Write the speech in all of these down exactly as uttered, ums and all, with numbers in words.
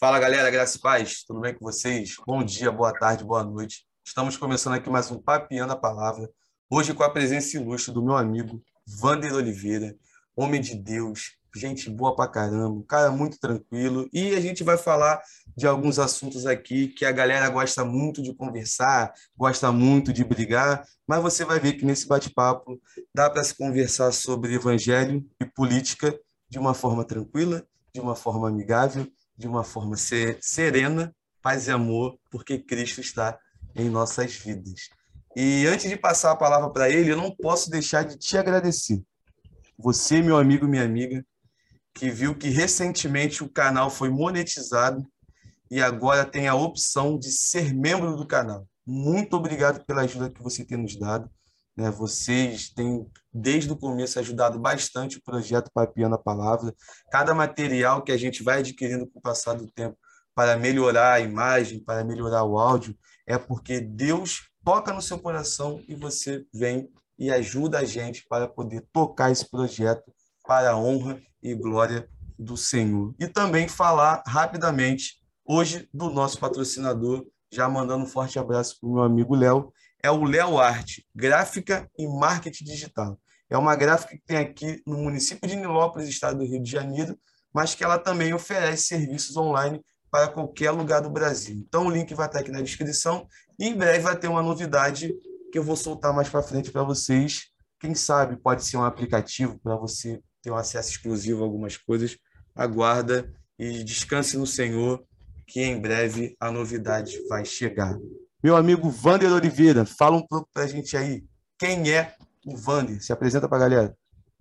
Fala galera, graça e paz, tudo bem com vocês? Bom dia, boa tarde, boa noite. Estamos começando aqui mais um Papiando a Palavra, hoje com a presença ilustre do meu amigo Wander Oliveira, homem de Deus, gente boa pra caramba, um cara muito tranquilo, e a gente vai falar de alguns assuntos aqui que a galera gosta muito de conversar, gosta muito de brigar, mas você vai ver que nesse bate-papo dá para se conversar sobre evangelho e política de uma forma tranquila, de uma forma amigável, de uma forma se- serena, paz e amor, porque Cristo está em nossas vidas. E antes de passar a palavra para ele, eu não posso deixar de te agradecer. Você, meu amigo, minha amiga, que viu que recentemente o canal foi monetizado e agora tem a opção de ser membro do canal. Muito obrigado pela ajuda que você tem nos dado, né? Vocês têm, desde o começo, ajudado bastante o projeto Papiando a Palavra. Cada material que a gente vai adquirindo com o passar do tempo para melhorar a imagem, para melhorar o áudio, é porque Deus toca no seu coração e você vem e ajuda a gente para poder tocar esse projeto para a honra e glória do Senhor. E também falar rapidamente hoje do nosso patrocinador, já mandando um forte abraço para o meu amigo Léo, é o Léo Arte, gráfica e marketing digital. É uma gráfica que tem aqui no município de Nilópolis, estado do Rio de Janeiro, mas que ela também oferece serviços online para qualquer lugar do Brasil. Então o link vai estar aqui na descrição e em breve vai ter uma novidade que eu vou soltar mais para frente para vocês. Quem sabe pode ser um aplicativo para você ter um acesso exclusivo a algumas coisas. Aguarda e descanse no Senhor, que em breve a novidade vai chegar. Meu amigo Wander Oliveira, fala um pouco para a gente aí. Quem é o Wander? Se apresenta para a galera.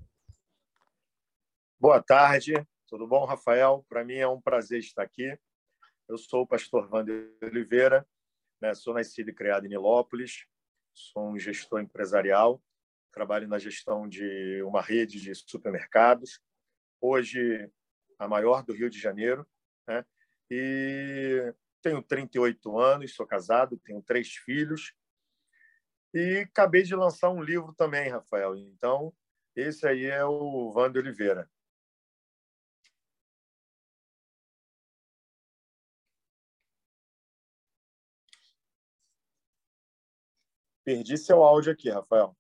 Boa tarde, tudo bom, Rafael? Para mim é um prazer estar aqui. Eu sou o pastor Wander Oliveira, né? Sou nascido e criado em Nilópolis, sou um gestor empresarial, trabalho na gestão de uma rede de supermercados, hoje a maior do Rio de Janeiro, né? E tenho trinta e oito anos, sou casado, tenho três filhos e acabei de lançar um livro também, Rafael. Então, esse aí é o Wander Oliveira. Perdi seu áudio aqui, Rafael.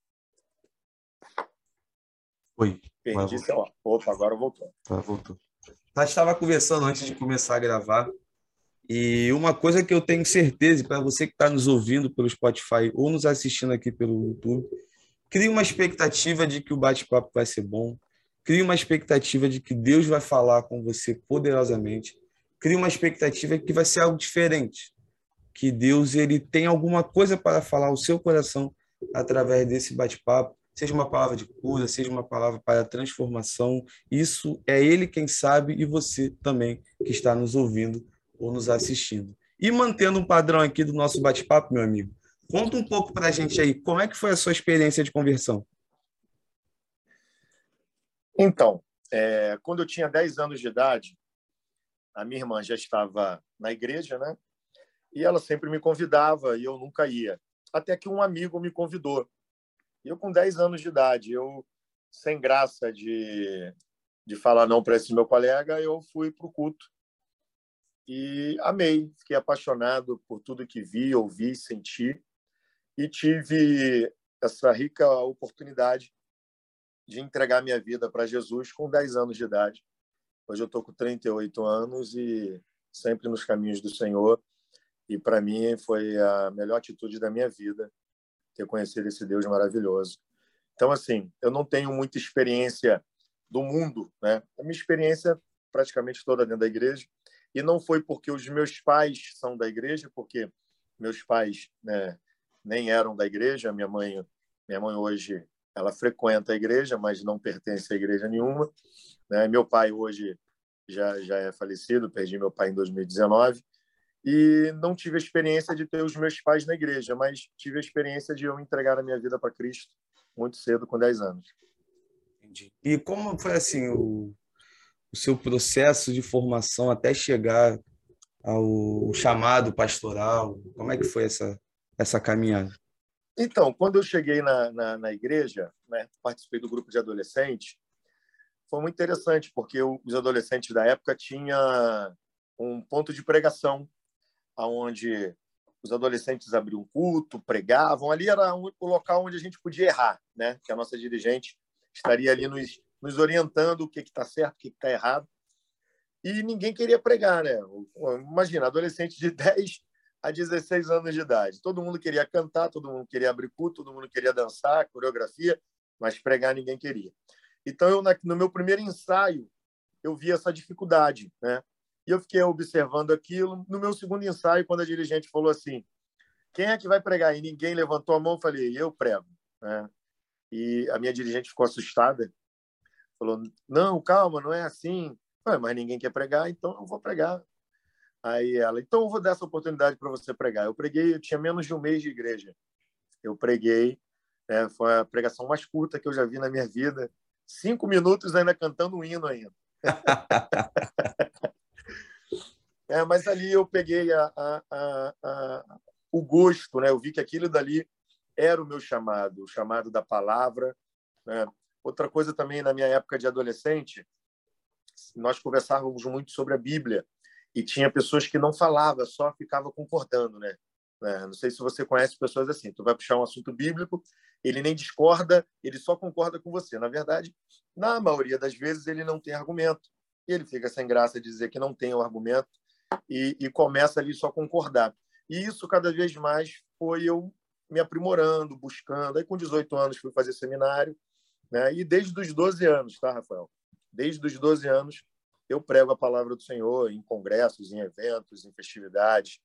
Oi. Perdi seu áudio. Opa, agora voltou. Ah, voltou. A gente estava conversando antes de começar a gravar. E uma coisa que eu tenho certeza, para você que está nos ouvindo pelo Spotify ou nos assistindo aqui pelo YouTube, crie uma expectativa de que o bate-papo vai ser bom, crie uma expectativa de que Deus vai falar com você poderosamente, crie uma expectativa de que vai ser algo diferente, que Deus ele tem alguma coisa para falar ao seu coração através desse bate-papo, seja uma palavra de cura, seja uma palavra para transformação. Isso é Ele quem sabe e você também que está nos ouvindo ou nos assistindo. E mantendo um padrão aqui do nosso bate-papo, meu amigo, conta um pouco para a gente aí, como é que foi a sua experiência de conversão? Então, é, quando eu tinha dez anos de idade, a minha irmã já estava na igreja, né? E ela sempre me convidava e eu nunca ia. Até que um amigo me convidou. E eu, com dez anos de idade, eu, sem graça de, de falar não para esse meu colega, eu fui para o culto. E amei, fiquei apaixonado por tudo que vi, ouvi, senti. E tive essa rica oportunidade de entregar minha vida para Jesus com dez anos de idade. Hoje eu estou com trinta e oito anos e sempre nos caminhos do Senhor. E, para mim, foi a melhor atitude da minha vida ter conhecido esse Deus maravilhoso. Então, assim, eu não tenho muita experiência do mundo, né? A minha experiência praticamente toda dentro da igreja. E não foi porque os meus pais são da igreja, porque meus pais, né, nem eram da igreja. Minha mãe, minha mãe hoje, ela frequenta a igreja, mas não pertence a igreja nenhuma, né? Meu pai hoje já, já é falecido, perdi meu pai em dois mil e dezenove. E não tive a experiência de ter os meus pais na igreja, mas tive a experiência de eu entregar a minha vida para Cristo muito cedo, com dez anos. Entendi. E como foi assim o, o seu processo de formação até chegar ao chamado pastoral? Como é que foi essa, essa caminhada? Então, quando eu cheguei na, na, na igreja, né, participei do grupo de adolescentes, foi muito interessante, porque os adolescentes da época tinham um, ponto de pregação, onde os adolescentes abriam culto, pregavam. Ali era o local onde a gente podia errar, né? Que a nossa dirigente estaria ali nos, nos orientando o que está certo, o que está errado. E ninguém queria pregar, né? Imagina, adolescente de dez a dezesseis anos de idade. Todo mundo queria cantar, todo mundo queria abrir culto, todo mundo queria dançar, coreografia, mas pregar ninguém queria. Então, eu, no meu primeiro ensaio, eu vi essa dificuldade, né? E eu fiquei observando aquilo. No meu segundo ensaio, quando a dirigente falou assim, quem é que vai pregar? E ninguém levantou a mão, eu falei, eu prego, né? E a minha dirigente ficou assustada, falou, não, calma, não é assim. Falei, mas ninguém quer pregar, então eu vou pregar. Aí ela, então eu vou dar essa oportunidade para você pregar. Eu preguei, eu tinha menos de um mês de igreja. Eu preguei, né, foi a pregação mais curta que eu já vi na minha vida. Cinco minutos ainda cantando um hino ainda. É, mas ali eu peguei a, a, a, a, o gosto, né? Eu vi que aquilo dali era o meu chamado, o chamado da palavra, né? Outra coisa também, na minha época de adolescente, nós conversávamos muito sobre a Bíblia e tinha pessoas que não falavam, só ficava concordando, né? Não sei se você conhece pessoas assim, tu vai puxar um assunto bíblico, ele nem discorda, ele só concorda com você. Na verdade, na maioria das vezes, ele não tem argumento. E ele fica sem graça de dizer que não tem o argumento e, e começa ali só a concordar. E isso, cada vez mais, foi eu me aprimorando, buscando. Aí, com dezoito anos, fui fazer seminário, né? E desde os doze anos, tá, Rafael? Desde os doze anos, eu prego a palavra do Senhor em congressos, em eventos, em festividades.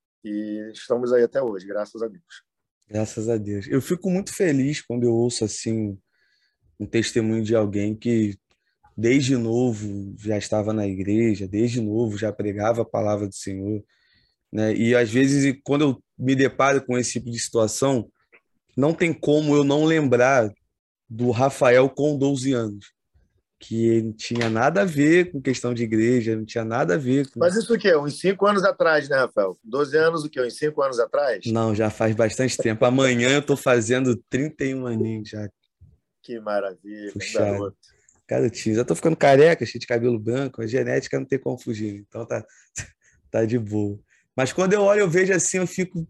E estamos aí até hoje, graças a Deus. Graças a Deus. Eu fico muito feliz quando eu ouço assim um testemunho de alguém que desde novo já estava na igreja, desde novo já pregava a palavra do Senhor, né? E às vezes quando eu me deparo com esse tipo de situação, não tem como eu não lembrar do Rafael com doze anos, que ele não tinha nada a ver com questão de igreja, não tinha nada a ver com... Mas isso o quê? Uns cinco anos atrás, né, Rafael? doze anos o quê? Uns cinco anos atrás? Não, já faz bastante tempo. Amanhã eu estou fazendo trinta e um aninhos já. Que maravilha, Puxado. um garoto. Garotinho. Já tô ficando careca, cheio de cabelo branco. A genética não tem como fugir. Então tá, tá de boa. Mas quando eu olho, eu vejo assim, eu fico...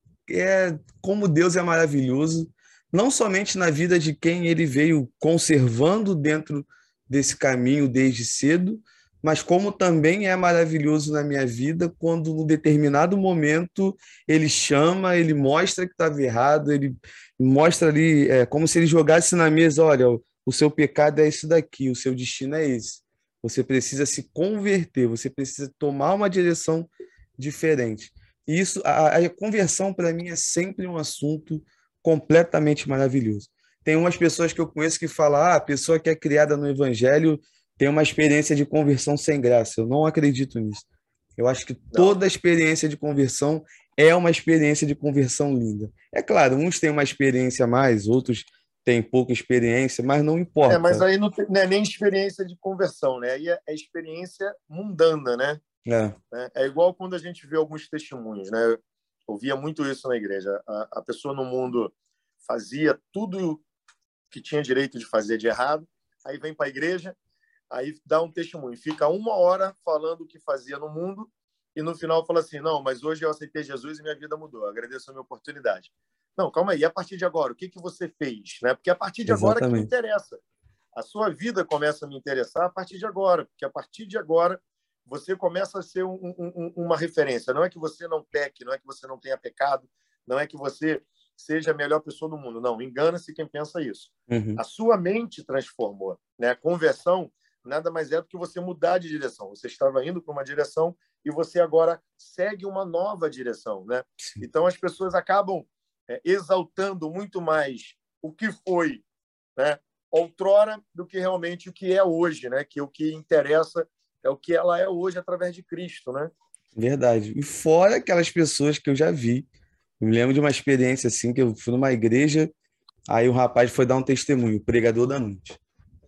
É, como Deus é maravilhoso. Não somente na vida de quem ele veio conservando dentro desse caminho desde cedo, mas como também é maravilhoso na minha vida quando, num determinado momento, ele chama, ele mostra que estava errado, ele mostra ali, é, como se ele jogasse na mesa, olha, o seu pecado é isso daqui, o seu destino é esse. Você precisa se converter, você precisa tomar uma direção diferente. E isso, a, a conversão, para mim, é sempre um assunto completamente maravilhoso. Tem umas pessoas que eu conheço que falam, ah, a pessoa que é criada no evangelho tem uma experiência de conversão sem graça. Eu não acredito nisso. Eu acho que toda experiência de conversão é uma experiência de conversão linda. É claro, uns têm uma experiência a mais, outros têm pouca experiência, mas não importa. É, mas aí não, tem, não é nem experiência de conversão, né? Aí é, é experiência mundana, né? É. É igual quando a gente vê alguns testemunhos, né? Eu via muito isso na igreja. A, a pessoa no mundo fazia tudo que tinha direito de fazer de errado, aí vem para a igreja, aí dá um testemunho, fica uma hora falando o que fazia no mundo e no final fala assim, não, mas hoje eu aceitei Jesus e minha vida mudou, agradeço a minha oportunidade. Não, calma aí, e a partir de agora, o que, que você fez? Né? Porque a partir de agora que me interessa. A sua vida começa a me interessar a partir de agora, porque a partir de agora você começa a ser um, um, uma referência. Não é que você não peque, não é que você não tenha pecado, não é que você seja a melhor pessoa do mundo. Não, engana-se quem pensa isso. Uhum. A sua mente transformou. Né? A conversão nada mais é do que você mudar de direção. Você estava indo para uma direção e você agora segue uma nova direção. Né? Então, as pessoas acabam é, exaltando muito mais o que foi, né, outrora do que realmente o que é hoje, né? Que o que interessa é o que ela é hoje através de Cristo, né? Verdade. E fora aquelas pessoas que eu já vi. Eu me lembro de uma experiência assim, que eu fui numa igreja, aí o rapaz foi dar um testemunho, o pregador da noite.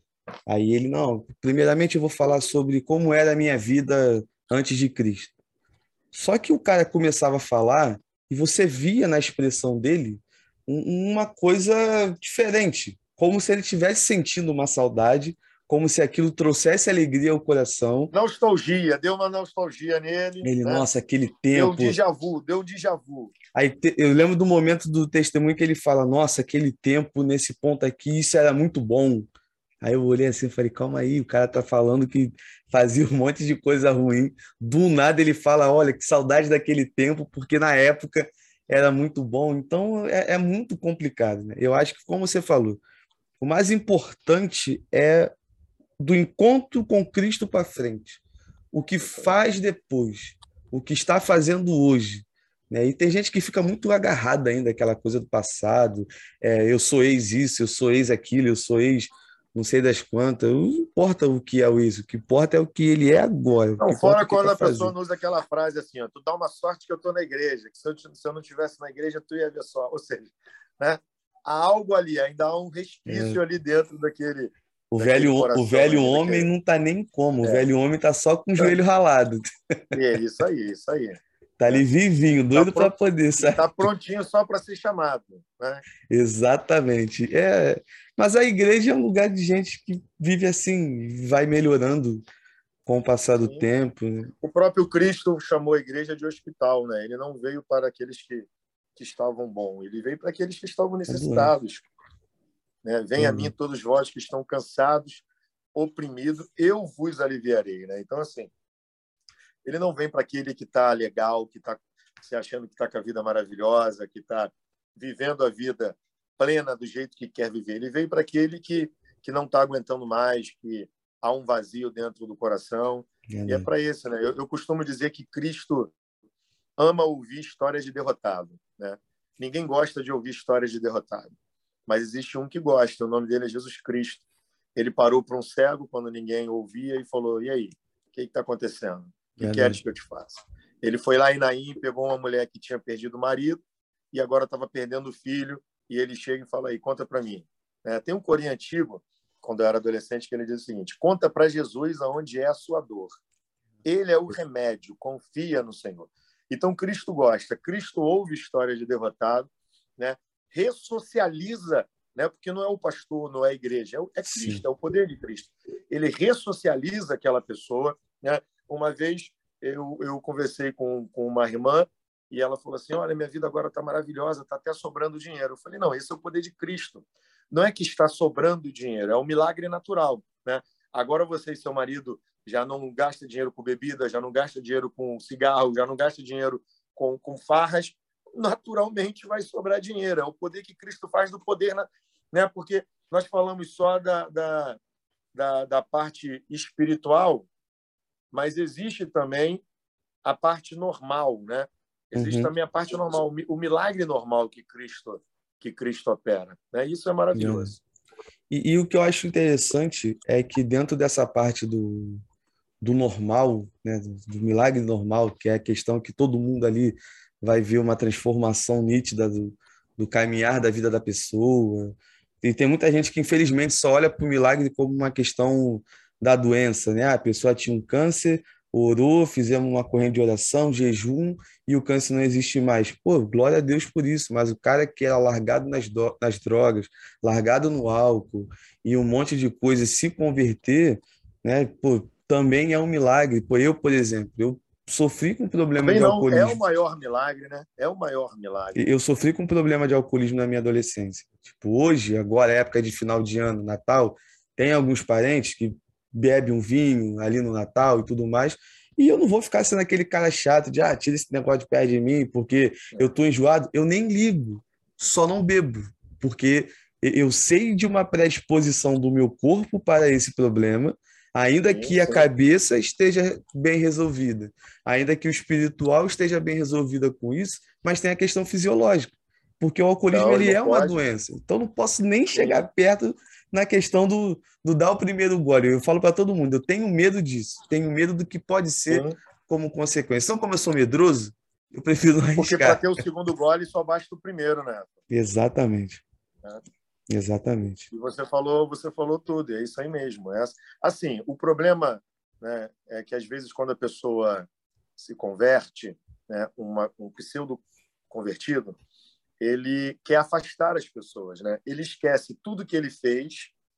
Aí ele, não, primeiramente eu vou falar sobre como era a minha vida antes de Cristo. Só que o cara começava a falar e você via na expressão dele uma coisa diferente, como se ele estivesse sentindo uma saudade, como se aquilo trouxesse alegria ao coração. Nostalgia, deu uma nostalgia nele. Ele, né? nossa, aquele Deu um tempo. déjà vu, deu um déjà vu. Aí te- eu lembro do momento do testemunho que ele fala, nossa, aquele tempo nesse ponto aqui, isso era muito bom. Aí eu olhei assim e falei, calma aí, o cara tá falando que fazia um monte de coisa ruim. Do nada ele fala, olha, que saudade daquele tempo, porque na época era muito bom. Então é, é muito complicado, né? Eu acho que, como você falou, o mais importante é do encontro com Cristo para frente. O que faz depois, o que está fazendo hoje. Né? E tem gente que fica muito agarrada ainda àquela coisa do passado. É, eu sou ex isso, eu sou ex aquilo, eu sou ex não sei das quantas. Não importa o que é o isso, o que importa é o que ele é agora, o que Não, importa é fora o que quando está a pessoa fazendo. não usa aquela frase assim, ó, tu dá uma sorte que eu estou na igreja, que se eu, se eu não tivesse na igreja, tu ia ver só. Ou seja, né? Há algo ali, ainda há um É, resquício ali dentro daquele, o daquele velho, o coração velho ainda. Que homem é, não está nem como, o é, velho homem está só com o joelho ralado. é isso aí, isso aí. Tá ali Né? vivinho, Tá doido para pronto, poder e sair. está prontinho só para ser chamado. Né? Exatamente. É, mas a igreja é um lugar de gente que vive assim, vai melhorando com o passar do Sim. tempo. Né? O próprio Cristo chamou a igreja de hospital, né? Ele não veio para aqueles que, que estavam bons, ele veio para aqueles que estavam Tá doente. necessitados. Né? Venha a mim Uhum. todos vós que estão cansados, oprimidos, eu vos aliviarei. Né? Então, assim, ele não vem para aquele que está legal, que está se achando que está com a vida maravilhosa, que está vivendo a vida plena do jeito que quer viver. Ele veio para aquele que, que não está aguentando mais, que há um vazio dentro do coração. E é Verdade. para esse. Né? Eu, eu costumo dizer que Cristo ama ouvir histórias de derrotado. Né? Ninguém gosta de ouvir histórias de derrotado, mas existe um que gosta. O nome dele é Jesus Cristo. Ele parou para um cego quando ninguém ouvia e falou: e aí, o que está acontecendo? O que queres Verdade. que eu te faça? Ele foi lá em Naim, pegou uma mulher que tinha perdido o marido e agora estava perdendo o filho, e ele chega e fala: aí, conta para mim. É, tem um corinho antigo, quando eu era adolescente, que ele diz o seguinte: conta para Jesus aonde é a sua dor. Ele é o remédio, confia no Senhor. Então, Cristo gosta. Cristo ouve histórias de derrotado, né? Ressocializa, né? Porque não é o pastor, não é a igreja, é Sim. Cristo, é o poder de Cristo. Ele ressocializa aquela pessoa. Né? Uma vez eu, eu conversei com, com uma irmã e ela falou assim: olha, minha vida agora está maravilhosa, está até sobrando dinheiro. Eu falei: não, esse é o poder de Cristo. Não é que está sobrando dinheiro, é um milagre natural. Né? Agora você e seu marido já não gasta dinheiro com bebida, já não gasta dinheiro com cigarro, já não gasta dinheiro com, com farras, naturalmente vai sobrar dinheiro. É o poder que Cristo faz do poder, né? Porque nós falamos só da, da, da, da parte espiritual, mas existe também a parte normal, né? Existe Uhum. também a parte normal, o milagre normal que Cristo que Cristo opera, né? Isso é Verdade. maravilhoso. E, e o que eu acho interessante é que dentro dessa parte do, do normal, né, do, do milagre normal, que é a questão que todo mundo ali vai ver uma transformação nítida do, do caminhar da vida da pessoa. E tem muita gente que, infelizmente, só olha para o milagre como uma questão da doença, né? Ah, a pessoa tinha um câncer, orou, fizemos uma corrente de oração, jejum, e o câncer não existe mais. Pô, glória a Deus por isso, mas o cara que era largado nas, do, nas drogas, largado no álcool e um monte de coisa, se converter, né? Pô, também é um milagre. Pô, eu, por exemplo, eu sofri com problema Também de não é o alcoolismo. maior milagre, né? É o maior milagre. Eu sofri com problema de alcoolismo na minha adolescência. Tipo, hoje, agora, época de final de ano, Natal, tem alguns parentes que bebem um vinho ali no Natal e tudo mais, e eu não vou ficar sendo aquele cara chato de, ah, tira esse negócio de perto de mim, porque eu tô enjoado. Eu nem ligo, só não bebo, porque eu sei de uma predisposição do meu corpo para esse problema, ainda Sim, que a sim. cabeça esteja bem resolvida, ainda que o espiritual esteja bem resolvida com isso, mas tem a questão fisiológica, porque o alcoolismo Não, ele ele não é uma pode. doença. Então não posso nem chegar Sim, perto na questão do, do dar o primeiro gole. Eu falo para todo mundo, eu tenho medo disso, tenho medo do que pode ser sim. como consequência. Então, como eu sou medroso, eu prefiro não Porque para arriscar. ter o segundo gole só basta o primeiro, né? Exatamente, É. exatamente. E você falou, você falou tudo, é isso aí mesmo. É assim, o problema, né, é que às vezes quando a pessoa se converte, né, uma, um pseudo convertido, ele quer afastar as pessoas, né? Ele esquece tudo que ele fez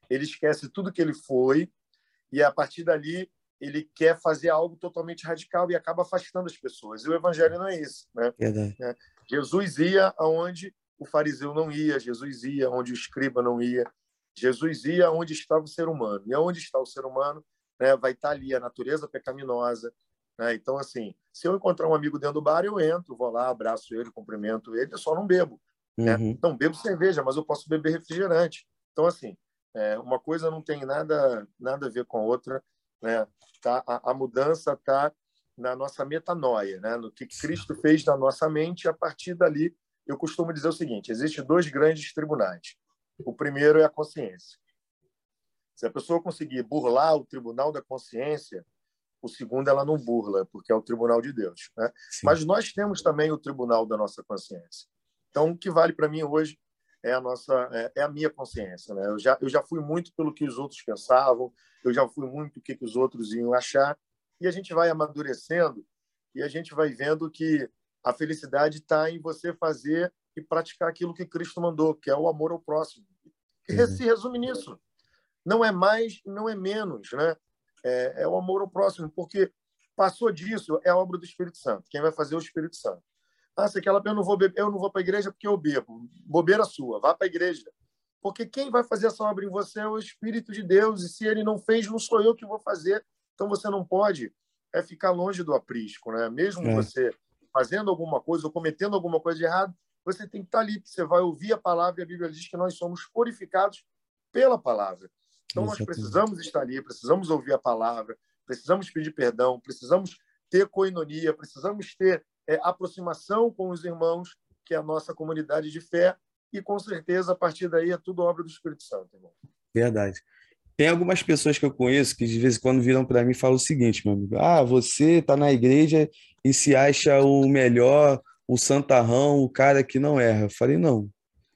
ele esquece tudo que ele foi e, a partir dali, ele quer fazer algo totalmente radical e acaba afastando as pessoas. E o evangelho não é esse, né? Verdade. Jesus ia aonde o fariseu não ia, Jesus ia onde o escriba não ia, Jesus ia onde estava o ser humano. E aonde está o ser humano, né, vai estar ali a natureza pecaminosa. Né? Então, assim, se eu encontrar um amigo dentro do bar, eu entro, vou lá, abraço ele, cumprimento ele, eu só não bebo. Né? Uhum. Não bebo cerveja, mas eu posso beber refrigerante. Então, assim, é, uma coisa não tem nada, nada a ver com a outra. Né? Tá? A, a mudança está na nossa metanoia, né? No que Cristo fez na nossa mente. A partir dali, eu costumo dizer o seguinte: existem dois grandes tribunais. O primeiro é a consciência. Se a pessoa conseguir burlar o tribunal da consciência, o segundo ela não burla, porque é o tribunal de Deus. Né? Mas nós temos também o tribunal da nossa consciência. Então, o que vale para mim hoje é a nossa, é, é a minha consciência. Né? Eu já, eu já fui muito pelo que os outros pensavam, eu já fui muito o que, que os outros iam achar, e a gente vai amadurecendo e a gente vai vendo que a felicidade está em você fazer e praticar aquilo que Cristo mandou, que é o amor ao próximo. E se resume nisso. Não é mais, não é menos, né? É, é o amor ao próximo, porque passou disso, é a obra do Espírito Santo. Quem vai fazer é o Espírito Santo. Ah, se aquela eu não vou beber, eu não vou para a igreja porque eu bebo. Bobeira sua, vá para a igreja. Porque quem vai fazer essa obra em você é o Espírito de Deus, e se ele não fez, não sou eu que vou fazer. Então você não pode é ficar longe do aprisco, né? Mesmo é. você fazendo alguma coisa ou cometendo alguma coisa de errado, você tem que estar ali, porque você vai ouvir a palavra, e a Bíblia diz que nós somos purificados pela palavra. Então, Exatamente. Nós precisamos estar ali, precisamos ouvir a palavra, precisamos pedir perdão, precisamos ter coinonia, precisamos ter é, aproximação com os irmãos, que é a nossa comunidade de fé, e, com certeza, a partir daí é tudo obra do Espírito Santo, irmão. Verdade. Tem algumas pessoas que eu conheço que, de vez em quando, viram para mim e falam o seguinte, meu amigo: ah, você está na igreja e se acha o melhor, o santarrão, o cara que não erra. Eu falei, não.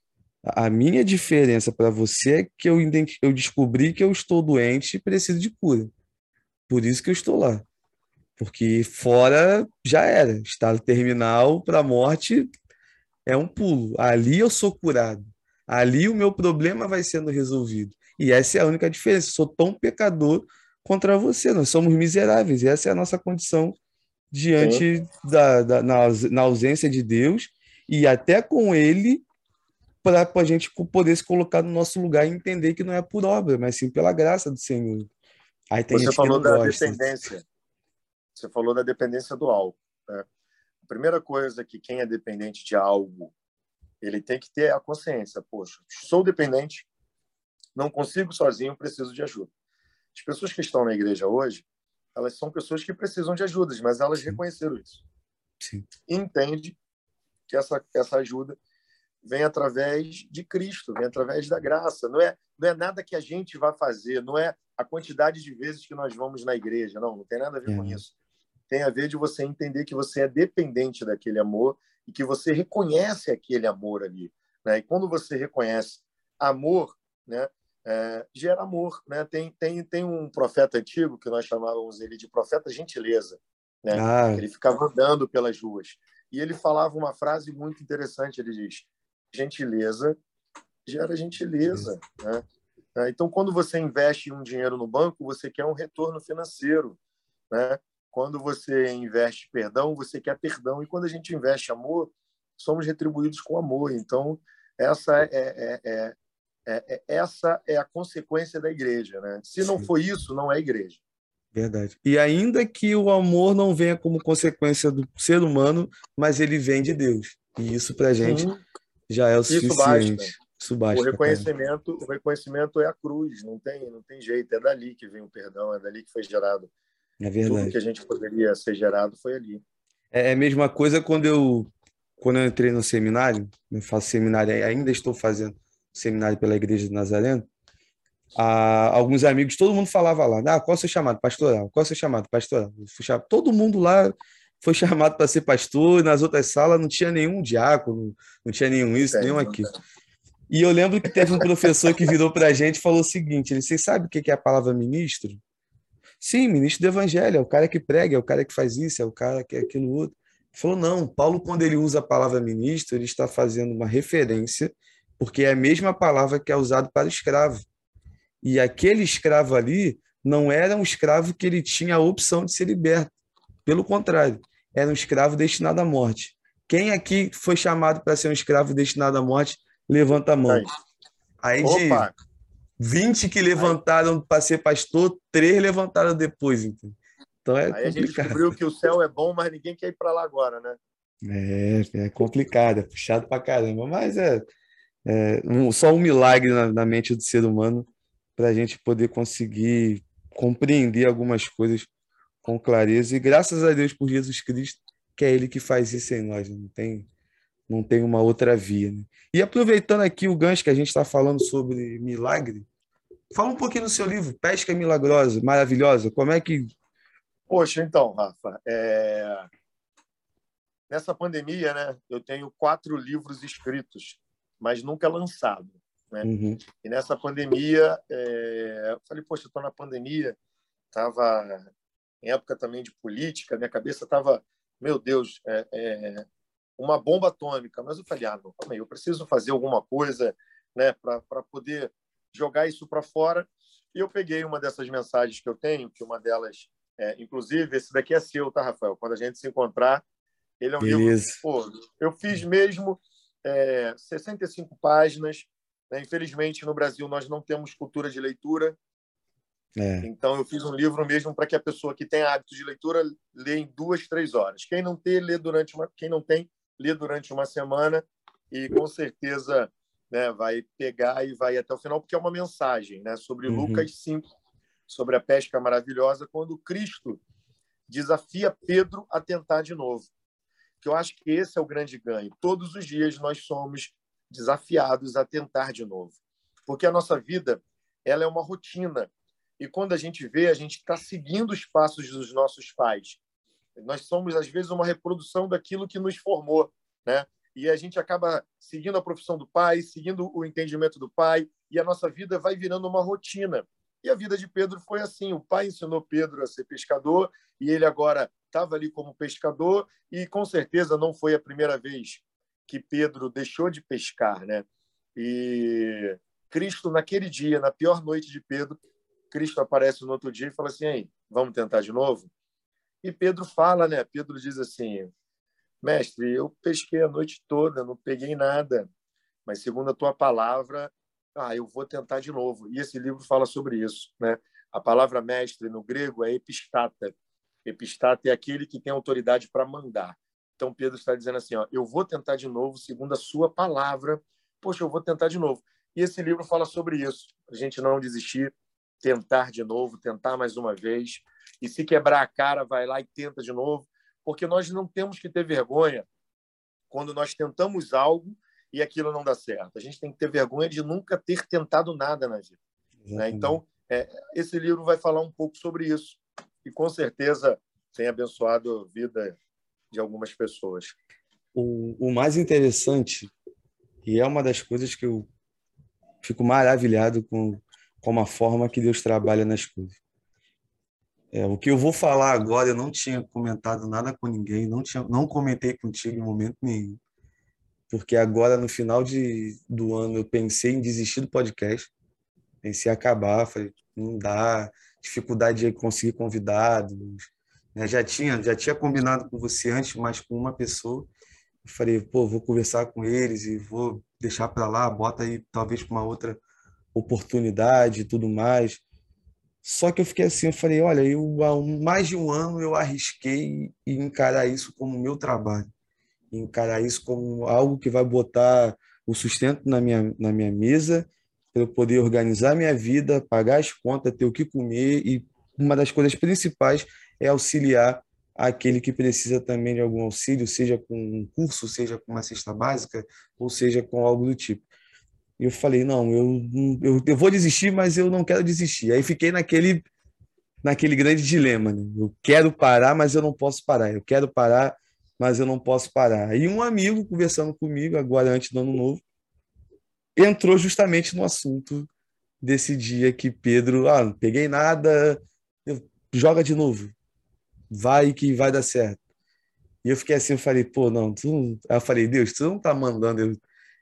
A minha diferença para você é que eu, eu descobri que eu estou doente e preciso de cura. Por isso que eu estou lá. Porque fora já era. Estado terminal para a morte é um pulo. Ali eu sou curado. Ali o meu problema vai sendo resolvido. E essa é a única diferença. Eu sou tão pecador contra você. Nós somos miseráveis. E essa é a nossa condição diante da, da na, na ausência de Deus e até com Ele, para a gente poder se colocar no nosso lugar e entender que não é por obra, mas sim pela graça do Senhor. Aí tem Você gente falou que não da gosta. dependência. Você falou da dependência do álcool. Né? A primeira coisa que quem é dependente de algo, ele tem que ter a consciência. Poxa, sou dependente, não consigo sozinho, preciso de ajuda. As pessoas que estão na igreja hoje, elas são pessoas que precisam de ajuda, mas elas Sim. reconheceram isso. Sim. E entende que essa, essa ajuda vem através de Cristo, vem através da graça. Não é, não é nada que a gente vai fazer, não é a quantidade de vezes que nós vamos na igreja, não, não tem nada a ver é. com isso. Tem a ver de você entender que você é dependente daquele amor e que você reconhece aquele amor ali. Né? E quando você reconhece amor, né, é, gera amor. Né? Tem, tem, tem um profeta antigo que nós chamávamos ele de profeta gentileza. Né? Ah. Ele ficava andando pelas ruas. E ele falava uma frase muito interessante, ele diz: gentileza gera gentileza. Né? Então, quando você investe um dinheiro no banco, você quer um retorno financeiro. Né? Quando você investe perdão, você quer perdão. E quando a gente investe amor, somos retribuídos com amor. Então, essa é, é, é, é, é, essa é a consequência da igreja. Né? Se não for isso, não é igreja. Verdade. E ainda que o amor não venha como consequência do ser humano, mas ele vem de Deus. E isso para a gente Sim. já é o Isso suficiente. basta. Isso basta, o reconhecimento, o reconhecimento é a cruz, não tem, não tem jeito. É dali que vem o perdão, é dali que foi gerado. É verdade. Tudo que a gente poderia ser gerado foi ali. É a mesma coisa quando eu, quando eu entrei no seminário, eu faço seminário, ainda estou fazendo seminário pela Igreja de Nazareno. Ah, alguns amigos, todo mundo falava lá: ah, qual é o seu chamado? Pastoral. Qual é o seu chamado? Pastoral. Todo mundo lá foi chamado para ser pastor, e nas outras salas não tinha nenhum diácono, não tinha nenhum isso, nenhum aquilo. E eu lembro que teve um professor que virou para a gente e falou o seguinte: ele, vocês sabem o que é a palavra ministro? Sim, ministro do evangelho, é o cara que prega, é o cara que faz isso, é o cara que é aquilo outro. Ele falou: não, Paulo, quando ele usa a palavra ministro, ele está fazendo uma referência, porque é a mesma palavra que é usada para escravo. E aquele escravo ali não era um escravo que ele tinha a opção de ser liberto. Pelo contrário, era um escravo destinado à morte. Quem aqui foi chamado para ser um escravo destinado à morte? Levanta a mão. Aí. Aí de Opa! vinte que Aí, levantaram para ser pastor, três levantaram depois. Entendeu? Então é aí a gente complicado. descobriu que o céu é bom, mas ninguém quer ir para lá agora, né? É, é complicado, é puxado pra caramba, mas é, é um- só um milagre na, na mente do ser humano para a gente poder conseguir compreender algumas coisas com clareza. E graças a Deus por Jesus Cristo, que é Ele que faz isso em nós, né? Não tem, não tem uma outra via, né? E aproveitando aqui o gancho que a gente está falando sobre milagre, fala um pouquinho do seu livro, Pesca Milagrosa, Maravilhosa. Como é que. Poxa, então, Rafa, é... nessa pandemia, né, eu tenho quatro livros escritos, mas nunca lançado, né? Uhum. E nessa pandemia, é... eu falei, poxa, eu estou na pandemia, estava em época também de política, minha cabeça estava, meu Deus, é, é, uma bomba atômica. Mas eu falei, ah, não, calma aí, eu preciso fazer alguma coisa, né, para poder jogar isso para fora. E eu peguei uma dessas mensagens que eu tenho, que uma delas, é, inclusive, esse daqui é seu, tá, Rafael? Quando a gente se encontrar, ele é um livro, Beleza. pô, eu fiz mesmo é, sessenta e cinco páginas. Né? Infelizmente, no Brasil, nós não temos cultura de leitura. É. Então, eu fiz um livro mesmo para que a pessoa que tem hábito de leitura lê em duas, três horas. Quem não tem, lê durante uma, quem não tem, lê durante uma semana e, com certeza, né, vai pegar e vai até o final, porque é uma mensagem, né, sobre Uhum. Lucas cinco, sobre a pesca maravilhosa, quando Cristo desafia Pedro a tentar de novo. Que eu acho que esse é o grande ganho. Todos os dias nós somos desafiados a tentar de novo. Porque a nossa vida ela é uma rotina. E quando a gente vê, a gente está seguindo os passos dos nossos pais. Nós somos, às vezes, uma reprodução daquilo que nos formou, né? E a gente acaba seguindo a profissão do pai, seguindo o entendimento do pai, e a nossa vida vai virando uma rotina. E a vida de Pedro foi assim. O pai ensinou Pedro a ser pescador, e ele agora estava ali como pescador, e com certeza não foi a primeira vez que Pedro deixou de pescar, né? E Cristo, naquele dia, na pior noite de Pedro, Cristo aparece no outro dia e fala assim, aí, vamos tentar de novo? E Pedro fala, né? Pedro diz assim, mestre, eu pesquei a noite toda, não peguei nada, mas segundo a tua palavra, ah, eu vou tentar de novo. E esse livro fala sobre isso, né? A palavra mestre no grego é epistata. Epistata é aquele que tem autoridade para mandar. Então Pedro está dizendo assim, ó, eu vou tentar de novo segundo a sua palavra. Poxa, eu vou tentar de novo. E esse livro fala sobre isso. A gente não desistir, tentar de novo, tentar mais uma vez. E se quebrar a cara, vai lá e tenta de novo. Porque nós não temos que ter vergonha quando nós tentamos algo e aquilo não dá certo. A gente tem que ter vergonha de nunca ter tentado nada na vida. Né? Então, é, esse livro vai falar um pouco sobre isso. E, com certeza, tem abençoado a vida de algumas pessoas. O, o mais interessante, e é uma das coisas que eu fico maravilhado com, com a forma que Deus trabalha nas coisas. É, o que eu vou falar agora, eu não tinha comentado nada com ninguém, não, tinha, não comentei contigo em momento nenhum, porque agora, no final de, do ano, eu pensei em desistir do podcast, pensei em acabar, falei, não dá, dificuldade de conseguir convidados, né? Já tinha, já tinha combinado com você antes, mas com uma pessoa, eu falei, pô, vou conversar com eles e vou deixar para lá, bota aí talvez para uma outra oportunidade e tudo mais. Só que eu fiquei assim, eu falei, olha, eu há um- mais de um ano eu arrisquei em encarar isso como meu trabalho, encarar isso como algo que vai botar o sustento na minha, na minha mesa, para eu poder organizar minha vida, pagar as contas, ter o que comer e uma das coisas principais é auxiliar aquele que precisa também de algum auxílio, seja com um curso, seja com uma cesta básica, ou seja com algo do tipo. E eu falei, não, eu, eu, eu vou desistir, mas eu não quero desistir. Aí fiquei naquele, naquele grande dilema, né? Eu quero parar, mas eu não posso parar. Eu quero parar, mas eu não posso parar. E um amigo conversando comigo, agora antes do ano novo, entrou justamente no assunto desse dia que Pedro, ah, não peguei nada, eu, joga de novo, vai que vai dar certo. E eu fiquei assim, eu falei, pô, não, tu não... Aí eu falei, Deus, tu não tá mandando eu,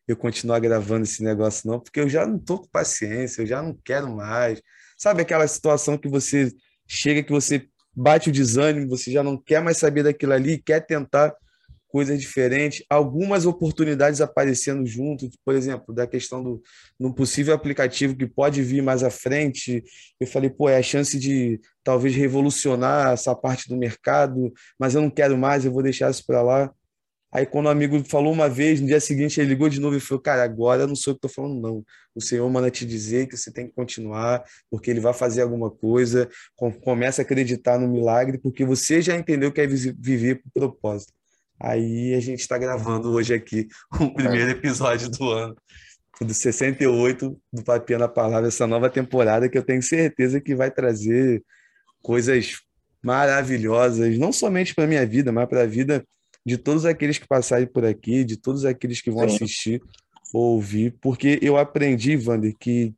eu continuar gravando esse negócio, não, porque eu já não tô com paciência, eu já não quero mais. Sabe aquela situação que você chega, que você bate o desânimo, você já não quer mais saber daquilo ali, quer tentar coisas diferentes, algumas oportunidades aparecendo junto, por exemplo, da questão do num possível aplicativo que pode vir mais à frente. Eu falei, pô, é a chance de talvez revolucionar essa parte do mercado, mas eu não quero mais, eu vou deixar isso para lá. Aí, quando o amigo falou uma vez, no dia seguinte ele ligou de novo e falou: Cara, agora eu não sou eu que estou falando, não. O Senhor manda te dizer que você tem que continuar, porque Ele vai fazer alguma coisa. Com- Começa a acreditar no milagre, porque você já entendeu que é visi- viver por propósito. Aí a gente está gravando hoje aqui o primeiro episódio do ano, do sessenta e oito do Papiando a Palavra, essa nova temporada que eu tenho certeza que vai trazer coisas maravilhosas, não somente para a minha vida, mas para a vida de todos aqueles que passarem por aqui, de todos aqueles que vão Sim, assistir ou ouvir, porque eu aprendi, Wander, que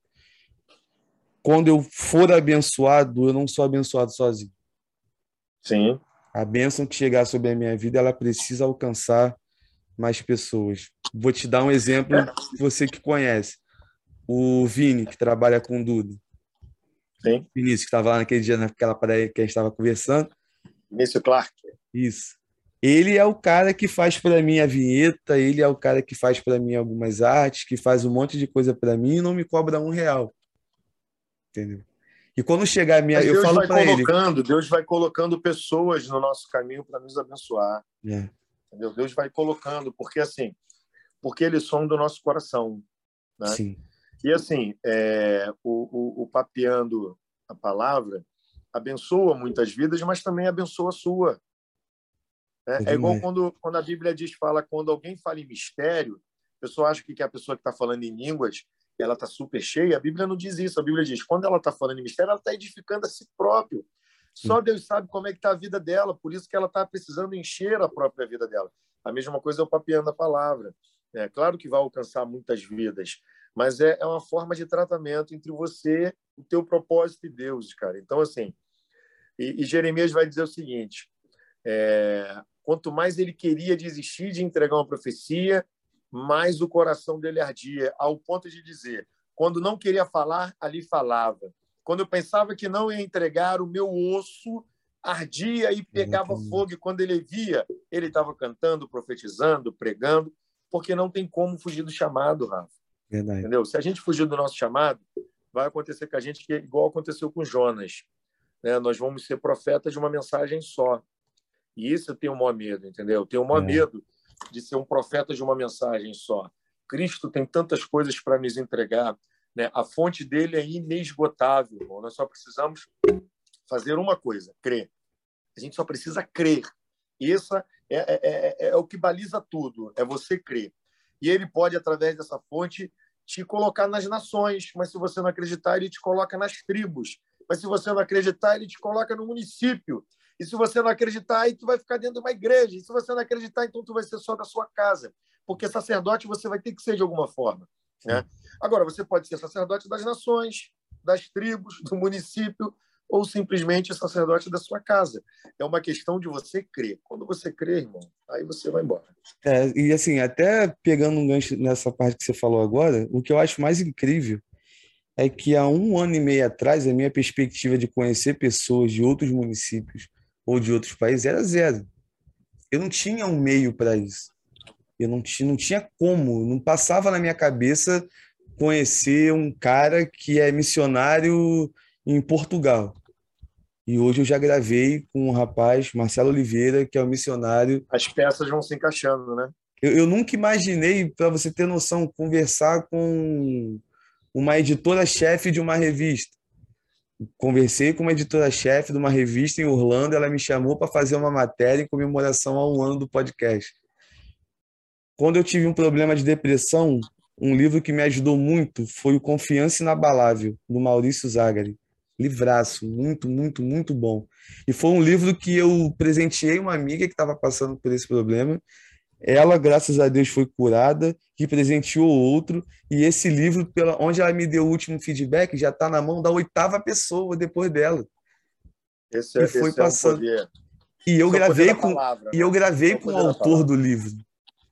quando eu for abençoado, eu não sou abençoado sozinho. sim. A bênção que chegar sobre a minha vida, ela precisa alcançar mais pessoas. Vou te dar um exemplo, É, você que conhece. O Vini, que trabalha com o Duda. sim. Vinícius, que estava lá naquele dia, naquela praia que a gente estava conversando. Vinícius Clark. Isso. Ele é o cara que faz para mim a vinheta, ele é o cara que faz para mim algumas artes, que faz um monte de coisa para mim e não me cobra um real, entendeu? E quando chegar a minha, Mas eu Deus falo vai para ele, colocando, Deus vai colocando pessoas no nosso caminho para nos abençoar. é, Entendeu? Deus vai colocando, porque assim, porque eles são do nosso coração, né? sim, E assim, é, o, o, o Papeando a Palavra abençoa muitas vidas, mas também abençoa a sua. Né? é É igual demais. quando, quando a Bíblia diz, fala, quando alguém fala em mistério, a pessoa acha que a pessoa que está falando em línguas ela está super cheia. A Bíblia não diz isso. A Bíblia diz, quando ela está falando em mistério, ela está edificando a si próprio. Só Sim, Deus sabe como é que está a vida dela, por isso que ela está precisando encher a própria vida dela. A mesma coisa é o Papeando a Palavra. É claro que vai alcançar muitas vidas, mas é, é uma forma de tratamento entre você, o teu propósito e Deus, cara. Então, assim, e, e Jeremias vai dizer o seguinte, é, quanto mais ele queria desistir de entregar uma profecia, mais o coração dele ardia, ao ponto de dizer, quando não queria falar, ali falava. Quando eu pensava que não ia entregar, o meu osso ardia e pegava fogo. exatamente. E quando ele via, ele estava cantando, profetizando, pregando, porque não tem como fugir do chamado, Rafa. Verdade. Entendeu? Se a gente fugir do nosso chamado, vai acontecer com a gente que é igual aconteceu com Jonas. Né? Nós vamos ser profetas de uma mensagem só. E isso eu tenho o maior medo, entendeu? Eu tenho o maior É, medo de ser um profeta de uma mensagem só. Cristo tem tantas coisas para nos entregar, né? A fonte dele é inesgotável, irmão. Nós só precisamos fazer uma coisa, crer. A gente só precisa crer. Isso é, é, é, é o que baliza tudo, é você crer. E ele pode, através dessa fonte, te colocar nas nações, mas se você não acreditar, ele te coloca nas tribos. Mas se você não acreditar, ele te coloca no município. E se você não acreditar, aí tu vai ficar dentro de uma igreja. E se você não acreditar, então tu vai ser só da sua casa. Porque sacerdote você vai ter que ser de alguma forma. Né? sim. Agora, você pode ser sacerdote das nações, das tribos, do município, ou simplesmente sacerdote da sua casa. É uma questão de você crer. Quando você crê, irmão, aí você vai embora. É, e assim, até pegando um gancho nessa parte que você falou agora, o que eu acho mais incrível é que há um ano e meio atrás, a minha perspectiva de conhecer pessoas de outros municípios ou de outros países era zero. Eu não tinha um meio para isso. Eu não tinha, não tinha como, não passava na minha cabeça conhecer um cara que é missionário em Portugal. E hoje eu já gravei com um rapaz, Marcelo Oliveira, que é um missionário. As peças vão se encaixando, né? Eu, eu nunca imaginei, para você ter noção, conversar com uma editora-chefe de uma revista. Conversei com uma editora-chefe de uma revista em Orlando, ela me chamou para fazer uma matéria em comemoração a um ano do podcast. Quando eu tive um problema de depressão, um livro que me ajudou muito foi o Confiança Inabalável, do Maurício Zagari. Livraço, muito, muito, muito bom. E foi um livro que eu presenteei uma amiga que estava passando por esse problema. Ela, graças a Deus, foi curada, que presenteou outro. E esse livro, pela, onde ela me deu o último feedback, já está na mão da oitava pessoa depois dela. Esse E é, foi esse é um passando. poder. E eu Esse é o poder gravei da com, palavra, e eu né? gravei Esse é o com o poder da autor palavra. do livro.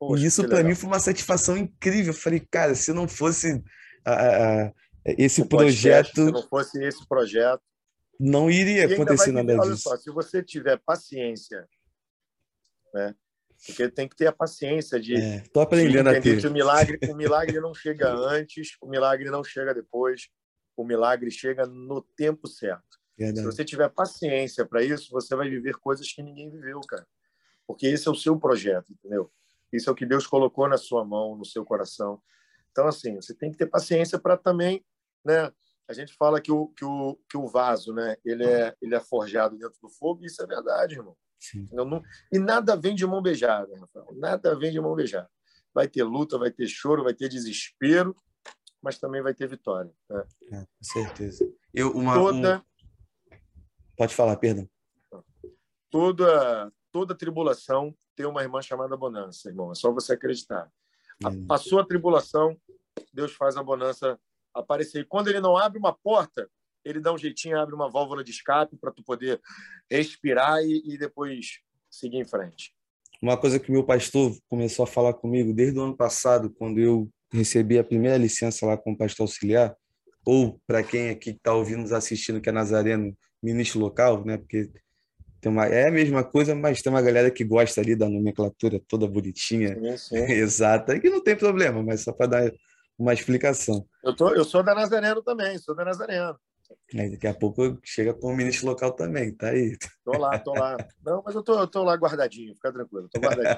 E Poxa, isso que para mim legal. foi uma satisfação incrível. Eu falei, cara, se não fosse a- a- a- esse O podcast, se projeto, não fosse esse projeto, não iria e ainda vai acontecer viver, nada olha disso. só, se você tiver paciência, né? Porque tem que ter a paciência de, É, tô de aprendendo a entender que ter. o milagre, o milagre não chega antes, o milagre não chega depois, o milagre chega no tempo certo. Se Verdade. você tiver paciência para isso, você vai viver coisas que ninguém viveu, cara. Porque esse é o seu projeto, entendeu? Isso é o que Deus colocou na sua mão, no seu coração. Então, assim, você tem que ter paciência para também, né? A gente fala que o, que o, que o vaso, né? Ele é, ele é forjado dentro do fogo, e isso é verdade, irmão. Sim. Não, não, e nada vem de mão beijada, Rafael. Nada vem de mão beijada. Vai ter luta, vai ter choro, vai ter desespero, mas também vai ter vitória. Né? É, com certeza. Eu, uma, um... Toda, Pode falar, perdão. toda, toda tribulação tem uma irmã chamada bonança, irmão. É só você acreditar. A, passou a tribulação, Deus faz a bonança aparecer. E quando ele não abre uma porta, ele dá um jeitinho, abre uma válvula de escape para tu poder respirar e, e depois seguir em frente. Uma coisa que o meu pastor começou a falar comigo desde o ano passado, quando eu recebi a primeira licença lá como pastor auxiliar, ou para quem aqui está ouvindo, nos assistindo, que é nazareno, ministro local, né? Porque tem uma, é a mesma coisa, mas tem uma galera que gosta ali da nomenclatura toda bonitinha, Sim, sim. exata, e que não tem problema, mas só para dar uma explicação. Eu, tô, eu sou da Nazareno também, sou da Nazareno. Aí daqui a pouco chega com o ministro local também, tá aí. Tô lá, tô lá. Não, mas eu tô, eu tô lá guardadinho, fica tranquilo, tô guardadinho.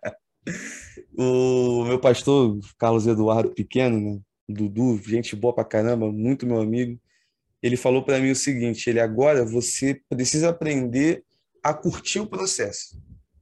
O meu pastor, Carlos Eduardo Pequeno, né? Dudu, gente boa pra caramba, muito meu amigo, ele falou para mim o seguinte, ele agora você precisa aprender a curtir o processo.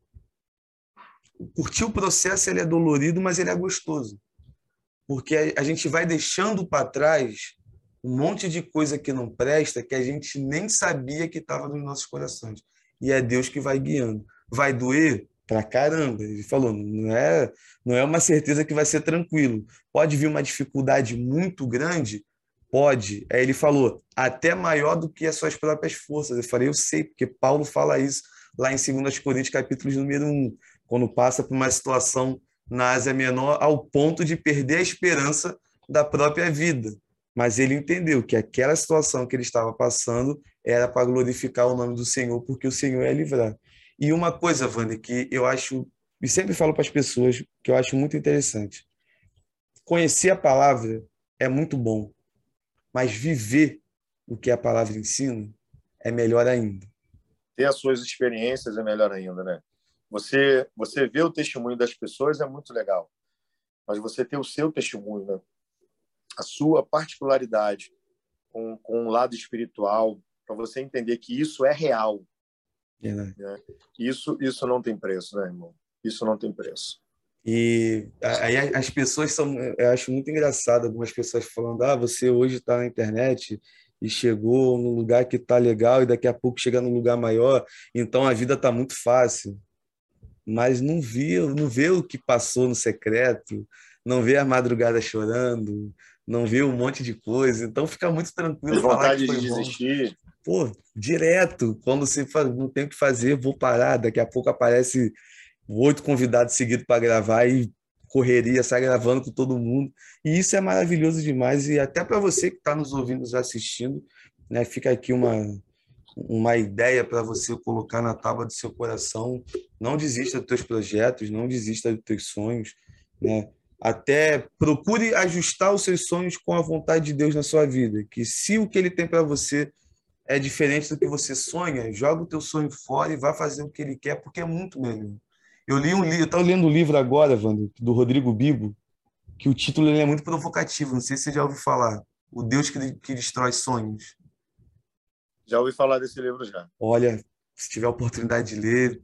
Curtir o processo, ele é dolorido, mas ele é gostoso. Porque a gente vai deixando para trás um monte de coisa que não presta, que a gente nem sabia que estava nos nossos corações. E é Deus que vai guiando. Vai doer pra caramba. Ele falou, não é, não é uma certeza que vai ser tranquilo. Pode vir uma dificuldade muito grande? Pode. Aí ele falou, até maior do que as suas próprias forças. Eu falei, eu sei, porque Paulo fala isso lá em dois Coríntios, capítulo número um, quando passa por uma situação na Ásia Menor ao ponto de perder a esperança da própria vida. Mas ele entendeu que aquela situação que ele estava passando era para glorificar o nome do Senhor, porque o Senhor ia livrar. E uma coisa, Wander, que eu acho, e sempre falo para as pessoas, que eu acho muito interessante. Conhecer a palavra é muito bom, mas viver o que a palavra ensina é melhor ainda. Ter as suas experiências é melhor ainda, né? Você, você vê o testemunho das pessoas é muito legal, mas você ter o seu testemunho, né? A sua particularidade com, com um lado espiritual, para você entender que isso é real. É, né? Né? Isso, isso não tem preço, né, irmão? Isso não tem preço. E aí as pessoas são, eu acho muito engraçado algumas pessoas falando, ah, você hoje está na internet e chegou num lugar que está legal e daqui a pouco chega num lugar maior, então a vida está muito fácil. Mas não vê, não vê o que passou no secreto, não vê a madrugada chorando, não vê um monte de coisa. Então fica muito tranquilo As falar que vontades foi de bom. desistir. Pô, direto, quando você fala, não tem o que fazer, vou parar, daqui a pouco aparece oito convidados seguidos para gravar e correria, sai gravando com todo mundo. E isso é maravilhoso demais. E até para você que está nos ouvindo, nos assistindo, né, fica aqui uma, uma ideia para você colocar na tábua do seu coração. Não desista dos teus projetos, não desista dos teus sonhos, né? Até procure ajustar os seus sonhos com a vontade de Deus na sua vida. Que se o que ele tem para você é diferente do que você sonha, joga o teu sonho fora e vá fazer o que ele quer, porque é muito melhor. Eu li um livro, eu estou lendo um livro agora, Wander, do Rodrigo Bibo, que o título ele é muito provocativo, não sei se você já ouviu falar. O Deus que, que destrói sonhos. Já ouvi falar desse livro já. Olha, se tiver a oportunidade de ler,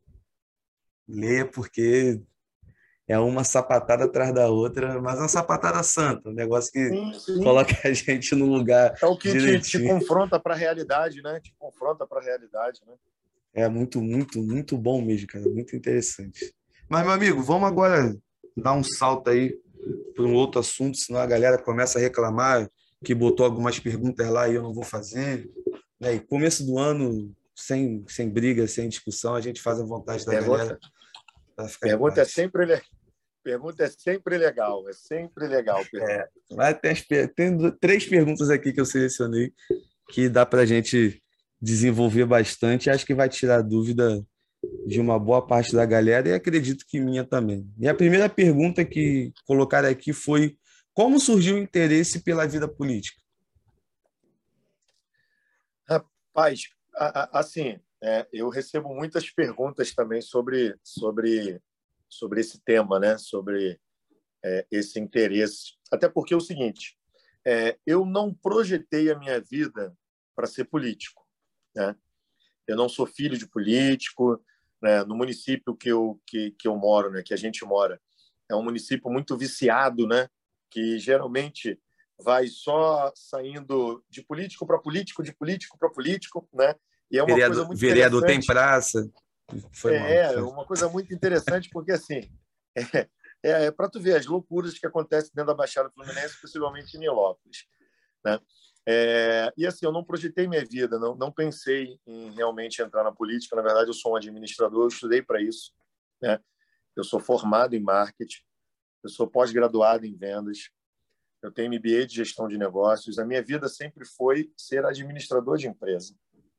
leia, porque é uma sapatada atrás da outra, mas uma sapatada santa, um negócio que Sim, sim. coloca a gente no lugar É o que te, te direitinho. confronta para a realidade, né? Te confronta para a realidade, né? É muito, muito, muito bom mesmo, cara. Muito interessante. Mas, meu amigo, vamos agora dar um salto aí para um outro assunto, senão a galera começa a reclamar que botou algumas perguntas lá e eu não vou fazer. Né? E começo do ano, sem, sem briga, sem discussão, a gente faz a vontade da Pergunta, galera para ficar em pergunta é paz. sempre Pergunta é sempre legal, é sempre legal. É, vai ter as, tem três perguntas aqui que eu selecionei que dá para a gente desenvolver bastante. Acho que vai tirar dúvida de uma boa parte da galera e acredito que minha também. E a primeira pergunta que colocaram aqui foi: como surgiu o interesse pela vida política? Rapaz, assim, é, eu recebo muitas perguntas também sobre, sobre, sobre esse tema, né? Sobre é, esse interesse. Até porque é o seguinte, é, eu não projetei a minha vida para ser político, né? Eu não sou filho de político, né? No município que eu, que, que eu moro, né? Que a gente mora, é um município muito viciado, né? Que geralmente vai só saindo de político para político, de político para político, né? E é uma Vereador, coisa muito vereador tem interessante. praça. Foi mal. É, uma coisa muito interessante, porque assim, é, é, é para tu ver as loucuras que acontecem dentro da Baixada Fluminense, possivelmente em Nilópolis, né? É, e assim, eu não projetei minha vida, não, não pensei em realmente entrar na política. Na verdade, eu sou um administrador, eu estudei para isso, né? Eu sou formado em marketing, eu sou pós-graduado em vendas, eu tenho M B A de gestão de negócios. A minha vida sempre foi ser administrador de empresa,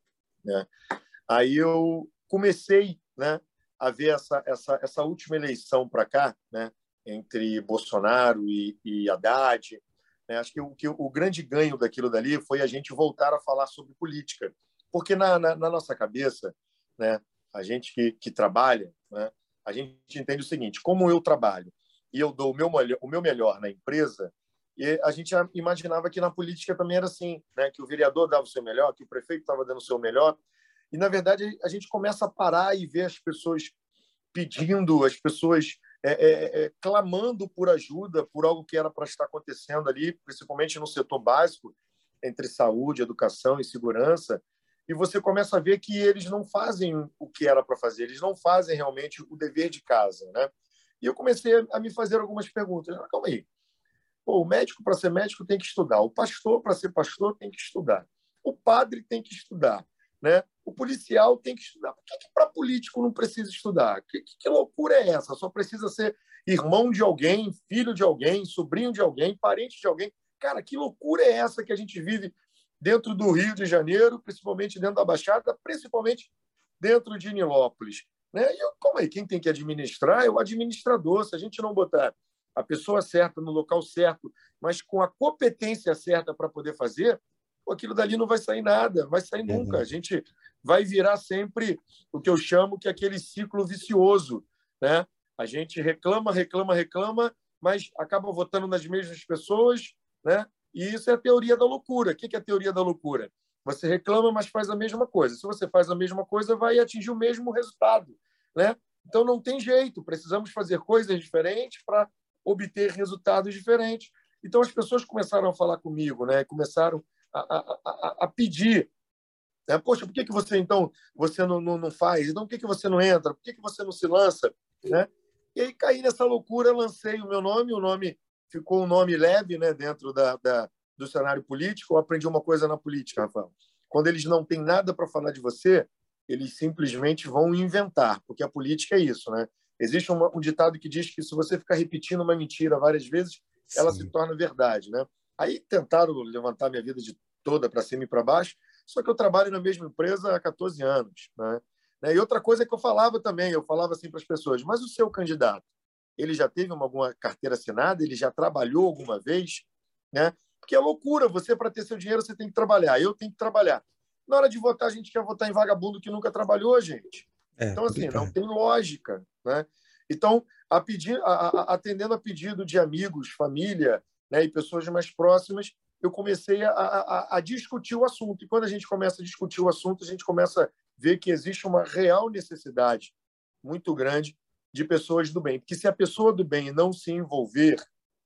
né? Aí eu comecei, né, a ver essa, essa, essa última eleição para cá, né, entre Bolsonaro e, e Haddad. Né? Acho que o, que o grande ganho daquilo dali foi a gente voltar a falar sobre política. Porque na, na, na nossa cabeça, né, a gente que, que trabalha, né, a gente entende o seguinte: como eu trabalho e eu dou o meu, o meu melhor na empresa, e a gente imaginava que na política também era assim, né, que o vereador dava o seu melhor, que o prefeito estava dando o seu melhor. E, na verdade, a gente começa a parar e ver as pessoas pedindo, as pessoas é, é, é, clamando por ajuda, por algo que era para estar acontecendo ali, principalmente no setor básico, entre saúde, educação e segurança. E você começa a ver que eles não fazem o que era para fazer, eles não fazem realmente o dever de casa, né? E eu comecei a me fazer algumas perguntas. Ah, calma aí. Pô, o médico, para ser médico, tem que estudar. O pastor, para ser pastor, tem que estudar. O padre tem que estudar, né? O policial tem que estudar. Por que, que para político não precisa estudar? Que, que, que loucura é essa? Só precisa ser irmão de alguém, filho de alguém, sobrinho de alguém, parente de alguém. Cara, que loucura é essa que a gente vive dentro do Rio de Janeiro, principalmente dentro da Baixada, principalmente dentro de Nilópolis, né? E eu, como é? Quem tem que administrar é o administrador. Se a gente não botar a pessoa certa no local certo, mas com a competência certa para poder fazer, aquilo dali não vai sair nada, vai sair nunca. A gente vai virar sempre o que eu chamo que é aquele ciclo vicioso, né? A gente reclama, reclama, reclama, mas acaba votando nas mesmas pessoas, né? E isso é a teoria da loucura. O que é a teoria da loucura? Você reclama, mas faz a mesma coisa. Se você faz a mesma coisa, vai atingir o mesmo resultado, né? Então não tem jeito. Precisamos fazer coisas diferentes para obter resultados diferentes. Então as pessoas começaram a falar comigo, né? Começaram a, a, a, a pedir, né? Poxa, por que, que você então você não, não, não faz? Então por que, que você não entra? Por que, que você não se lança? Né? E aí caí nessa loucura, lancei o meu nome, o nome ficou um nome leve, né? Dentro da, da, do cenário político. Eu aprendi uma coisa na política, Rafael. Quando eles não têm nada para falar de você, eles simplesmente vão inventar, porque a política é isso, né? Existe um, um ditado que diz que se você ficar repetindo uma mentira várias vezes, ela Sim. se torna verdade, né? Aí tentaram levantar minha vida de toda para cima e para baixo, só que eu trabalho na mesma empresa há catorze anos, né? E outra coisa que eu falava também, eu falava assim para as pessoas: mas o seu candidato, ele já teve uma, alguma carteira assinada? Ele já trabalhou alguma vez? Né? Porque é loucura, você, para ter seu dinheiro, você tem que trabalhar, eu tenho que trabalhar. Na hora de votar, a gente quer votar em vagabundo que nunca trabalhou, gente. É, então, assim, não tem lógica, né? Então, a pedir, a, a, atendendo a pedido de amigos, família, né, e pessoas mais próximas, eu comecei a, a, a discutir o assunto. E quando a gente começa a discutir o assunto, a gente começa a ver que existe uma real necessidade muito grande de pessoas do bem. Porque se a pessoa do bem não se envolver,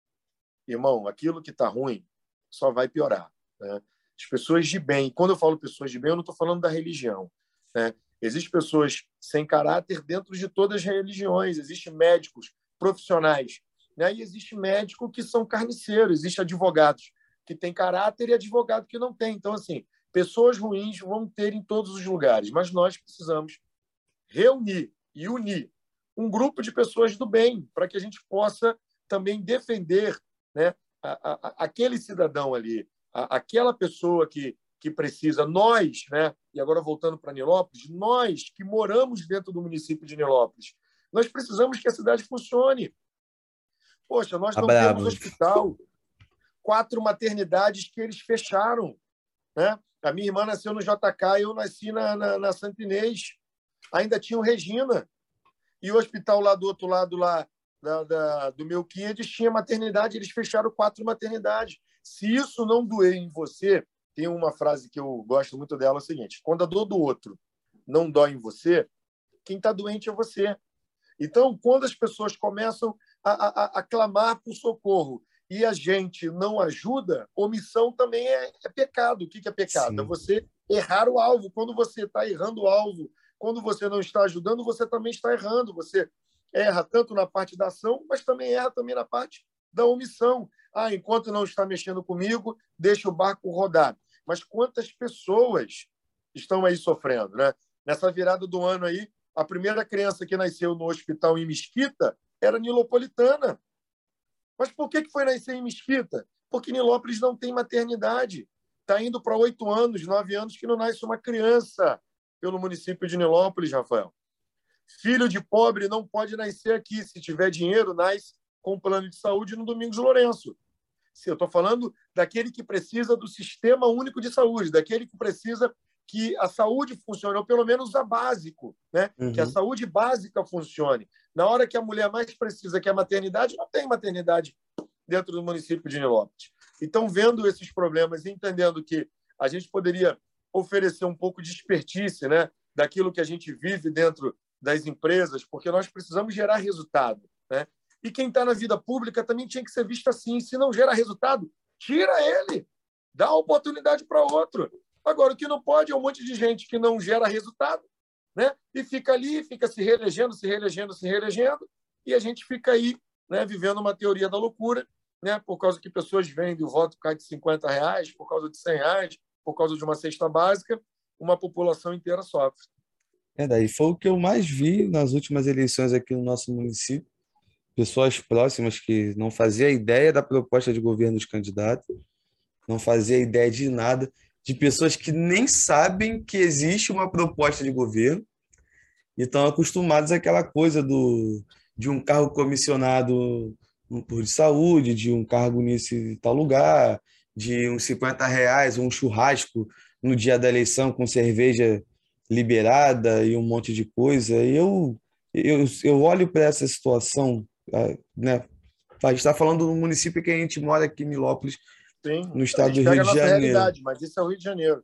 irmão, aquilo que está ruim só vai piorar, né? As pessoas de bem, quando eu falo pessoas de bem, eu não estou falando da religião, né? Existem pessoas sem caráter dentro de todas as religiões. Existem médicos profissionais, né? E existe médico que são carniceiros. Existem advogados que têm caráter e advogado que não tem. Então, assim, pessoas ruins vão ter em todos os lugares, mas nós precisamos reunir e unir um grupo de pessoas do bem, para que a gente possa também defender, né, a, a, aquele cidadão ali, a, aquela pessoa que, que precisa. Nós, né, e agora voltando para Nilópolis, nós que moramos dentro do município de Nilópolis, nós precisamos que a cidade funcione. Poxa, nós Tá não temos bravo. hospital, quatro maternidades que eles fecharam, né? A minha irmã nasceu no J K e eu nasci na, na, na Santa Inês. Ainda tinha o Regina. E o hospital lá do outro lado, lá da, da, do Melquiades, tinha maternidade, eles fecharam quatro maternidades. Se isso não doer em você, tem uma frase que eu gosto muito dela, é o seguinte: quando a dor do outro não dói em você, quem está doente é você. Então, quando as pessoas começam a, a, a clamar por socorro e a gente não ajuda, omissão também é, é pecado. O que é pecado? Sim. É você errar o alvo. Quando você está errando o alvo, quando você não está ajudando, você também está errando. Você erra tanto na parte da ação, mas também erra também na parte da omissão. Ah, enquanto não está mexendo comigo, deixa o barco rodar. Mas quantas pessoas estão aí sofrendo, né? Nessa virada do ano aí, a primeira criança que nasceu no hospital em Mesquita era nilopolitana. Mas por que foi nascer em Mesquita? Porque Nilópolis não tem maternidade. Está indo para oito anos, nove anos que não nasce uma criança pelo município de Nilópolis, Rafael. Filho de pobre não pode nascer aqui. Se tiver dinheiro, nasce com plano de saúde no Domingos Lourenço. Eu estou falando daquele que precisa do Sistema Único de Saúde, daquele que precisa que a saúde funcione, ou pelo menos a básico, né? Uhum. Que a saúde básica funcione. Na hora que a mulher mais precisa, que é a maternidade, não tem maternidade dentro do município de Nilópolis. Então, vendo esses problemas e entendendo que a gente poderia oferecer um pouco de expertise, né, daquilo que a gente vive dentro das empresas, porque nós precisamos gerar resultado, né? E quem está na vida pública também tinha que ser visto assim. Se não gera resultado, tira ele, dá oportunidade para outro. Agora, o que não pode é um monte de gente que não gera resultado, né? E fica ali, fica se reelegendo, se reelegendo, se reelegendo, e a gente fica aí, né, vivendo uma teoria da loucura, né? Por causa que pessoas vendem o voto por causa de cinquenta reais, por causa de cem reais, por causa de uma cesta básica, uma população inteira sofre. É, daí foi o que eu mais vi nas últimas eleições aqui no nosso município. Pessoas próximas que não faziam ideia da proposta de governo dos candidatos, não fazia ideia de nada, de pessoas que nem sabem que existe uma proposta de governo e estão acostumados àquela coisa do, de um cargo comissionado por saúde, de um cargo nesse tal lugar, de uns cinquenta reais, um churrasco no dia da eleição com cerveja liberada e um monte de coisa. E eu, eu, eu olho para essa situação, né? A gente está falando do município que a gente mora aqui em Nilópolis, Sim, no a estado gente do pega Rio a de nossa Janeiro. realidade, mas isso é o Rio de Janeiro.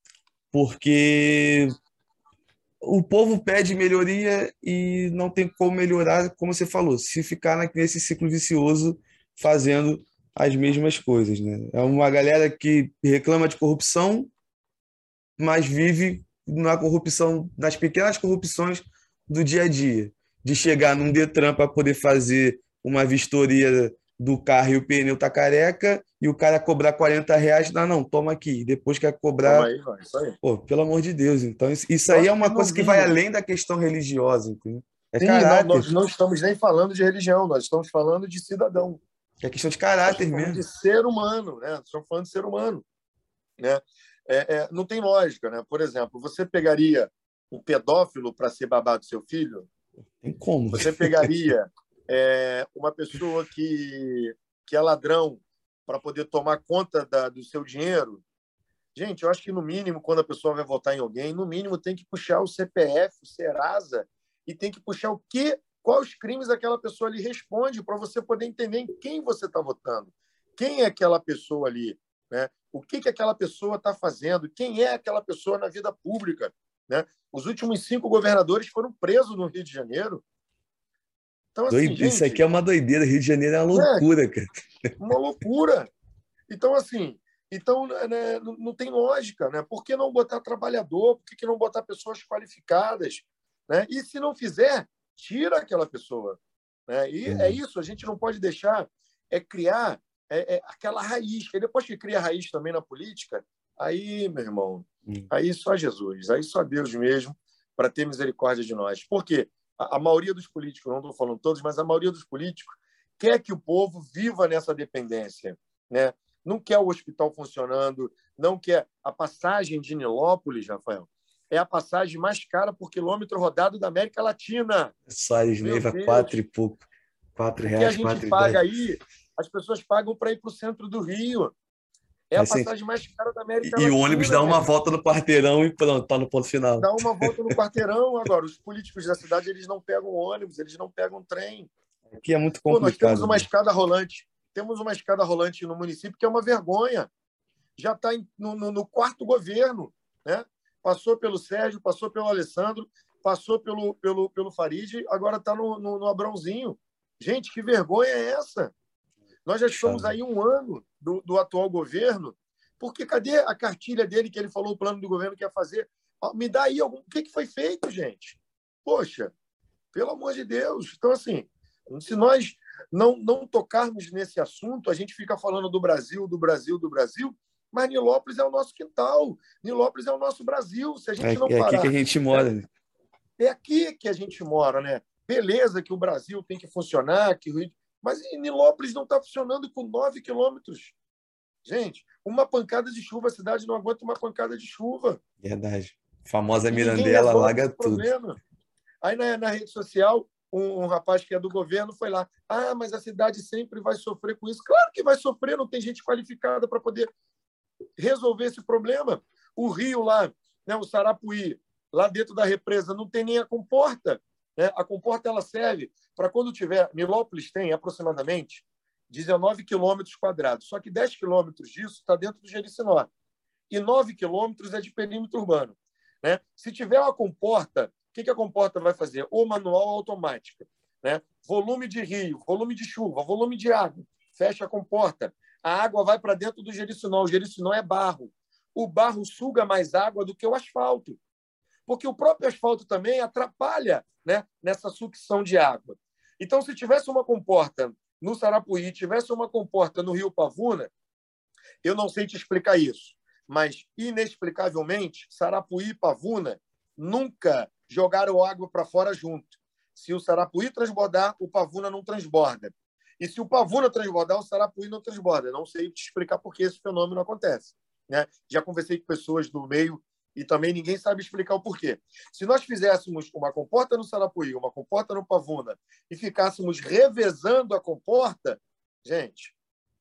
Porque o povo pede melhoria e não tem como melhorar, como você falou, se ficar nesse ciclo vicioso fazendo as mesmas coisas, né? É uma galera que reclama de corrupção, mas vive na corrupção, nas pequenas corrupções do dia a dia, de chegar num Detran para poder fazer uma vistoria do carro e o pneu tá careca e o cara cobrar quarenta reais, não, não, toma aqui, depois quer Toma cobrar, aí, vai, isso aí. pô, pelo amor de Deus, então isso, isso Eu aí é acho que, uma no coisa que vai mínimo, além da questão religiosa, entendeu? É sim, não, caráter, nós não estamos nem falando de religião, nós estamos falando de cidadão. é questão de Nós caráter estamos falando mesmo. de ser humano, né? Nós estamos falando de ser humano, né? É, é, não tem lógica, né? Por exemplo, você pegaria um pedófilo para ser babá do seu filho? Tem como. Você pegaria é, uma pessoa que, que é ladrão para poder tomar conta da, do seu dinheiro? Gente, eu acho que, no mínimo, quando a pessoa vai votar em alguém, no mínimo tem que puxar o C P F, o Serasa, e tem que puxar o que, quais crimes aquela pessoa ali responde, para você poder entender em quem você está votando. Quem é aquela pessoa ali, né? O que, que aquela pessoa está fazendo? Quem é aquela pessoa na vida pública, né? Os últimos cinco governadores foram presos no Rio de Janeiro. Então, assim, Doido, isso aqui gente, é uma doideira. Rio de Janeiro é uma é loucura, cara. uma loucura. Então, assim, então, né, não, não tem lógica, né? Por que não botar trabalhador? Por que, que não botar pessoas qualificadas? Né? E se não fizer, tira aquela pessoa. Né? E é Uhum. isso, a gente não pode deixar é criar é, é, aquela raiz. E depois que cria raiz também na política, aí, meu irmão, Uhum. aí só Jesus, aí só Deus mesmo para ter misericórdia de nós. Por quê? a, a maioria dos políticos, não estou falando todos, mas a maioria dos políticos quer que o povo viva nessa dependência, né? Não quer o hospital funcionando, não quer a passagem de Nilópolis, Rafael, é a passagem mais cara por quilômetro rodado da América Latina. Soares Neiva, quatro e pouco. Quatro O que a reais, gente quatro e paga dez. aí, as pessoas pagam para ir para o centro do Rio. É a Assim, passagem mais cara da América e, e o ônibus Latina, dá uma gente. volta no quarteirão e pronto, tá no ponto final. Dá uma volta no quarteirão. Agora, os políticos da cidade, eles não pegam ônibus, eles não pegam trem. Aqui é muito Pô, nós temos complicado, uma né? escada rolante. Temos uma escada rolante no município que é uma vergonha. Já está no, no, no quarto governo, né? Passou pelo Sérgio, passou pelo Alessandro, passou pelo, pelo, pelo Farid, agora está no, no, no Abrãozinho. Gente, que vergonha é essa? Nós já estamos Puxado. aí um ano do, do atual governo, porque cadê a cartilha dele que ele falou, o plano do governo que ia fazer? Ó, me dá aí algum... O que, que foi feito, gente? Poxa, pelo amor de Deus. Então, assim, se nós não, não tocarmos nesse assunto, a gente fica falando do Brasil, do Brasil, do Brasil, mas Nilópolis é o nosso quintal, Nilópolis é o nosso Brasil. Se a gente não É, é aqui que a parar... gente mora, né? É aqui que a gente mora, né? Beleza que o Brasil tem que funcionar, que o Rio... mas em Nilópolis não está funcionando com nove quilômetros. Gente, uma pancada de chuva, a cidade não aguenta uma pancada de chuva. Verdade. Famosa E ninguém Mirandela resolve alaga esse tudo. problema. Aí na, na rede social, um, um rapaz que é do governo foi lá. Ah, mas a cidade sempre vai sofrer com isso. Claro que vai sofrer, não tem gente qualificada para poder resolver esse problema. O rio lá, né, o Sarapuí, lá dentro da represa, não tem nem a comporta. Né? A comporta ela serve para quando tiver... Nilópolis tem aproximadamente dezenove quilômetros quadrados, só que dez quilômetros disso está dentro do Jericinó. E nove quilômetros é de perímetro urbano. Né? Se tiver uma comporta, o que, que a comporta vai fazer? Ou manual ou automática. Né? Volume de rio, volume de chuva, volume de água. Fecha a comporta. A água vai para dentro do Jericinó. O Jericinó é barro. O barro suga mais água do que o asfalto. Porque o próprio asfalto também atrapalha, né, nessa sucção de água. Então, se tivesse uma comporta no Sarapuí, tivesse uma comporta no Rio Pavuna, eu não sei te explicar isso, mas, inexplicavelmente, Sarapuí e Pavuna nunca jogaram água para fora junto. Se o Sarapuí transbordar, o Pavuna não transborda. E se o Pavuna transbordar, o Sarapuí não transborda. Não sei te explicar por que esse fenômeno acontece. Né? Já conversei com pessoas do meio e também ninguém sabe explicar o porquê. Se nós fizéssemos uma comporta no Sarapuí, uma comporta no Pavuna e ficássemos revezando a comporta, gente,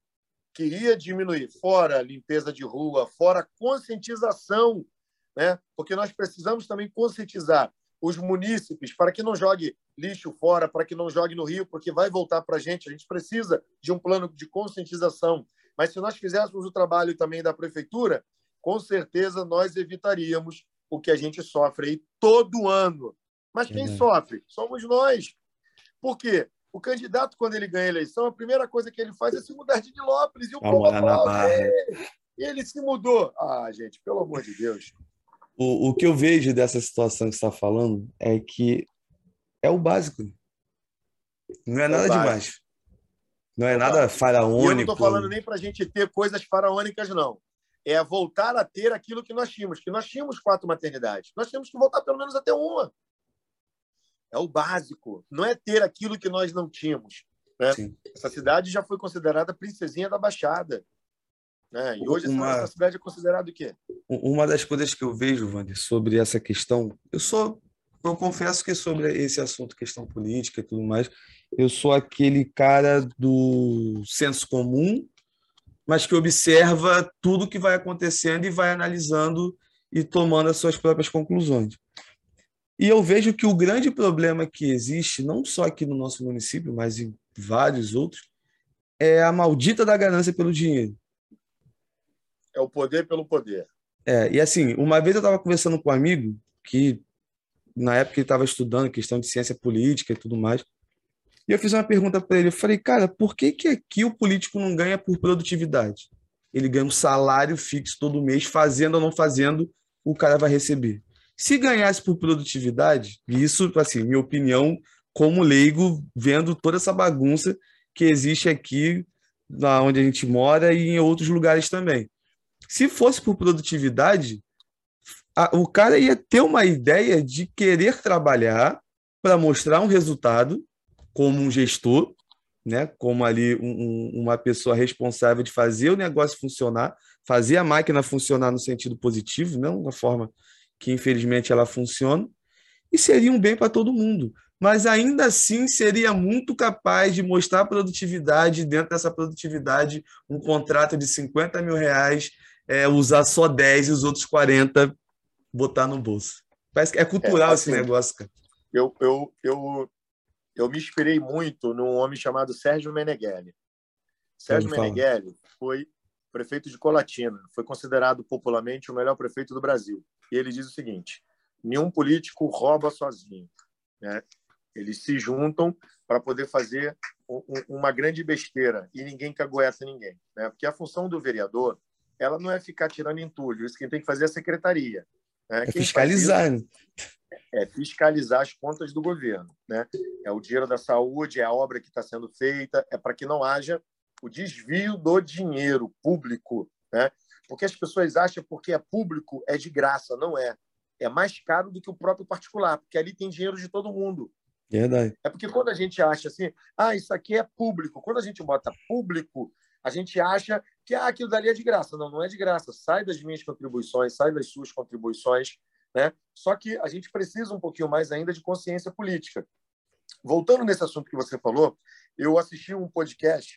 que ia diminuir, fora limpeza de rua, fora conscientização, né? Porque nós precisamos também conscientizar os munícipes para que não jogue lixo fora, para que não jogue no rio, porque vai voltar para a gente. A gente precisa de um plano de conscientização. Mas se nós fizéssemos o trabalho também da prefeitura, com certeza nós evitaríamos o que a gente sofre aí todo ano. Mas quem Verdade. sofre? Somos nós. Por quê? O candidato, quando ele ganha a eleição, a primeira coisa que ele faz é se mudar de Nilópolis e o Vai povo morar na aplaude. Barra. E ele se mudou. Ah, gente, pelo amor de Deus. O, o que eu vejo dessa situação que você está falando é que é o básico. Não é É o nada básico. demais. Não é É o nada básico. E eu não faraônico. estou falando nem para a gente ter coisas faraônicas, não. É voltar a ter aquilo que nós tínhamos, que nós tínhamos quatro maternidades. Nós temos que voltar pelo menos até uma. É o básico. Não é ter aquilo que nós não tínhamos. Né? Essa cidade já foi considerada princesinha da Baixada. Né? E hoje Uma... essa cidade é considerada o quê? Uma das coisas que eu vejo, Wander, sobre essa questão, eu sou, eu confesso que sobre esse assunto, questão política e tudo mais, eu sou aquele cara do senso comum, mas que observa tudo que vai acontecendo e vai analisando e tomando as suas próprias conclusões. E eu vejo que o grande problema que existe, não só aqui no nosso município, mas em vários outros, é a maldita da ganância pelo dinheiro. É o poder pelo poder. É, e assim, uma vez eu estava conversando com um amigo que, na época, ele estava estudando questão de ciência política e tudo mais, e eu fiz uma pergunta para ele. Eu falei, cara, por que que aqui o político não ganha por produtividade? Ele ganha um salário fixo todo mês, fazendo ou não fazendo, o cara vai receber. Se ganhasse por produtividade, e isso, assim, minha opinião como leigo, vendo toda essa bagunça que existe aqui, na onde a gente mora e em outros lugares também. Se fosse por produtividade, a, o cara ia ter uma ideia de querer trabalhar para mostrar um resultado como um gestor, né? Como ali um, um, uma pessoa responsável de fazer o negócio funcionar, fazer a máquina funcionar no sentido positivo, não da forma que, infelizmente, ela funciona, e seria um bem para todo mundo. Mas ainda assim seria muito capaz de mostrar produtividade, dentro dessa produtividade, um contrato de cinquenta mil reais, é, usar só dez e os outros quarenta botar no bolso. Parece que é É, cultural esse assim, negócio, cara. eu, eu, eu, eu me inspirei muito num homem chamado Sérgio Meneghelli. Já ouvi Sérgio falar. Meneghelli foi prefeito de Colatina, foi considerado popularmente o melhor prefeito do Brasil. E ele diz o seguinte: nenhum político rouba sozinho, né? Eles se juntam para poder fazer uma grande besteira e ninguém cagueta ninguém, né? Porque a função do vereador, ela não é ficar tirando entulho, isso quem tem que fazer é a secretaria, né? É Quem faz isso fiscalizar, né? é fiscalizar as contas do governo, né? É o dinheiro da saúde, é a obra que está sendo feita, é para que não haja o desvio do dinheiro público, né? Porque as pessoas acham que porque é público é de graça, não é. É mais caro do que o próprio particular, porque ali tem dinheiro de todo mundo. Verdade. É porque quando a gente acha assim, ah, isso aqui é público, quando a gente bota público, a gente acha que ah, aquilo dali é de graça. Não, não é de graça. Sai das minhas contribuições, sai das suas contribuições, né? Só que a gente precisa um pouquinho mais ainda de consciência política. Voltando nesse assunto que você falou, eu assisti um podcast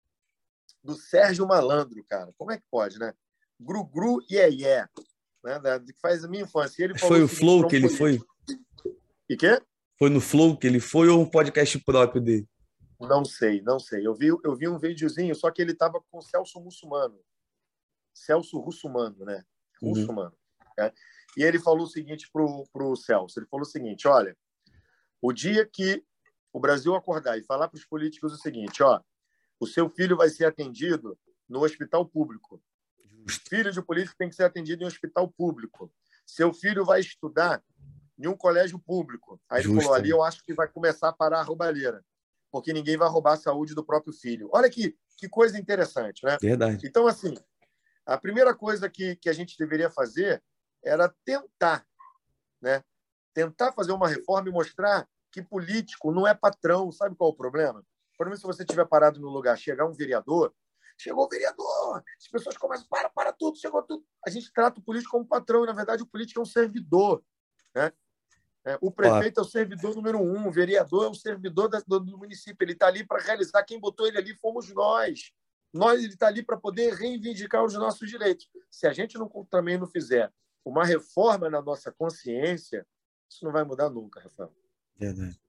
do Sérgio Malandro, cara. Como é que pode, né? Gru Gru Iê Iê, né? Que faz a minha infância. E ele falou Foi o o seguinte Flow para um que ele foi? político. E quê? Foi no Flow que ele foi ou um podcast próprio dele? Não sei, não sei. Eu vi, eu vi um videozinho, só que ele estava com o Celso Russomano. Celso Russomano, né? Uhum. Russomano. Né? E ele falou o seguinte para o Celso. Ele falou o seguinte, olha, o dia que o Brasil acordar e falar para os políticos o seguinte, ó, o seu filho vai ser atendido no hospital público. Justo. Filho de político tem que ser atendido em um hospital público. Seu filho vai estudar em um colégio público. Aí ele Justo, falou, ali né? eu acho que vai começar a parar a roubalheira, porque ninguém vai roubar a saúde do próprio filho. Olha que, que coisa interessante, né? Verdade. Então, assim, a primeira coisa que, que a gente deveria fazer era tentar, né? Tentar fazer uma reforma e mostrar que político não é patrão. Sabe qual é o problema? Por exemplo, se você estiver parado no lugar, chegar um vereador, chegou o vereador, as pessoas começam, para, para tudo, chegou tudo. A gente trata o político como patrão, e, na verdade, o político é um servidor, né? O prefeito é o servidor número um, o vereador é o servidor do município. Ele está ali para realizar. Quem botou ele ali fomos nós. Nós ele está ali para poder reivindicar os nossos direitos. Se a gente não, também não fizer uma reforma na nossa consciência, isso não vai mudar nunca, Rafael. Verdade.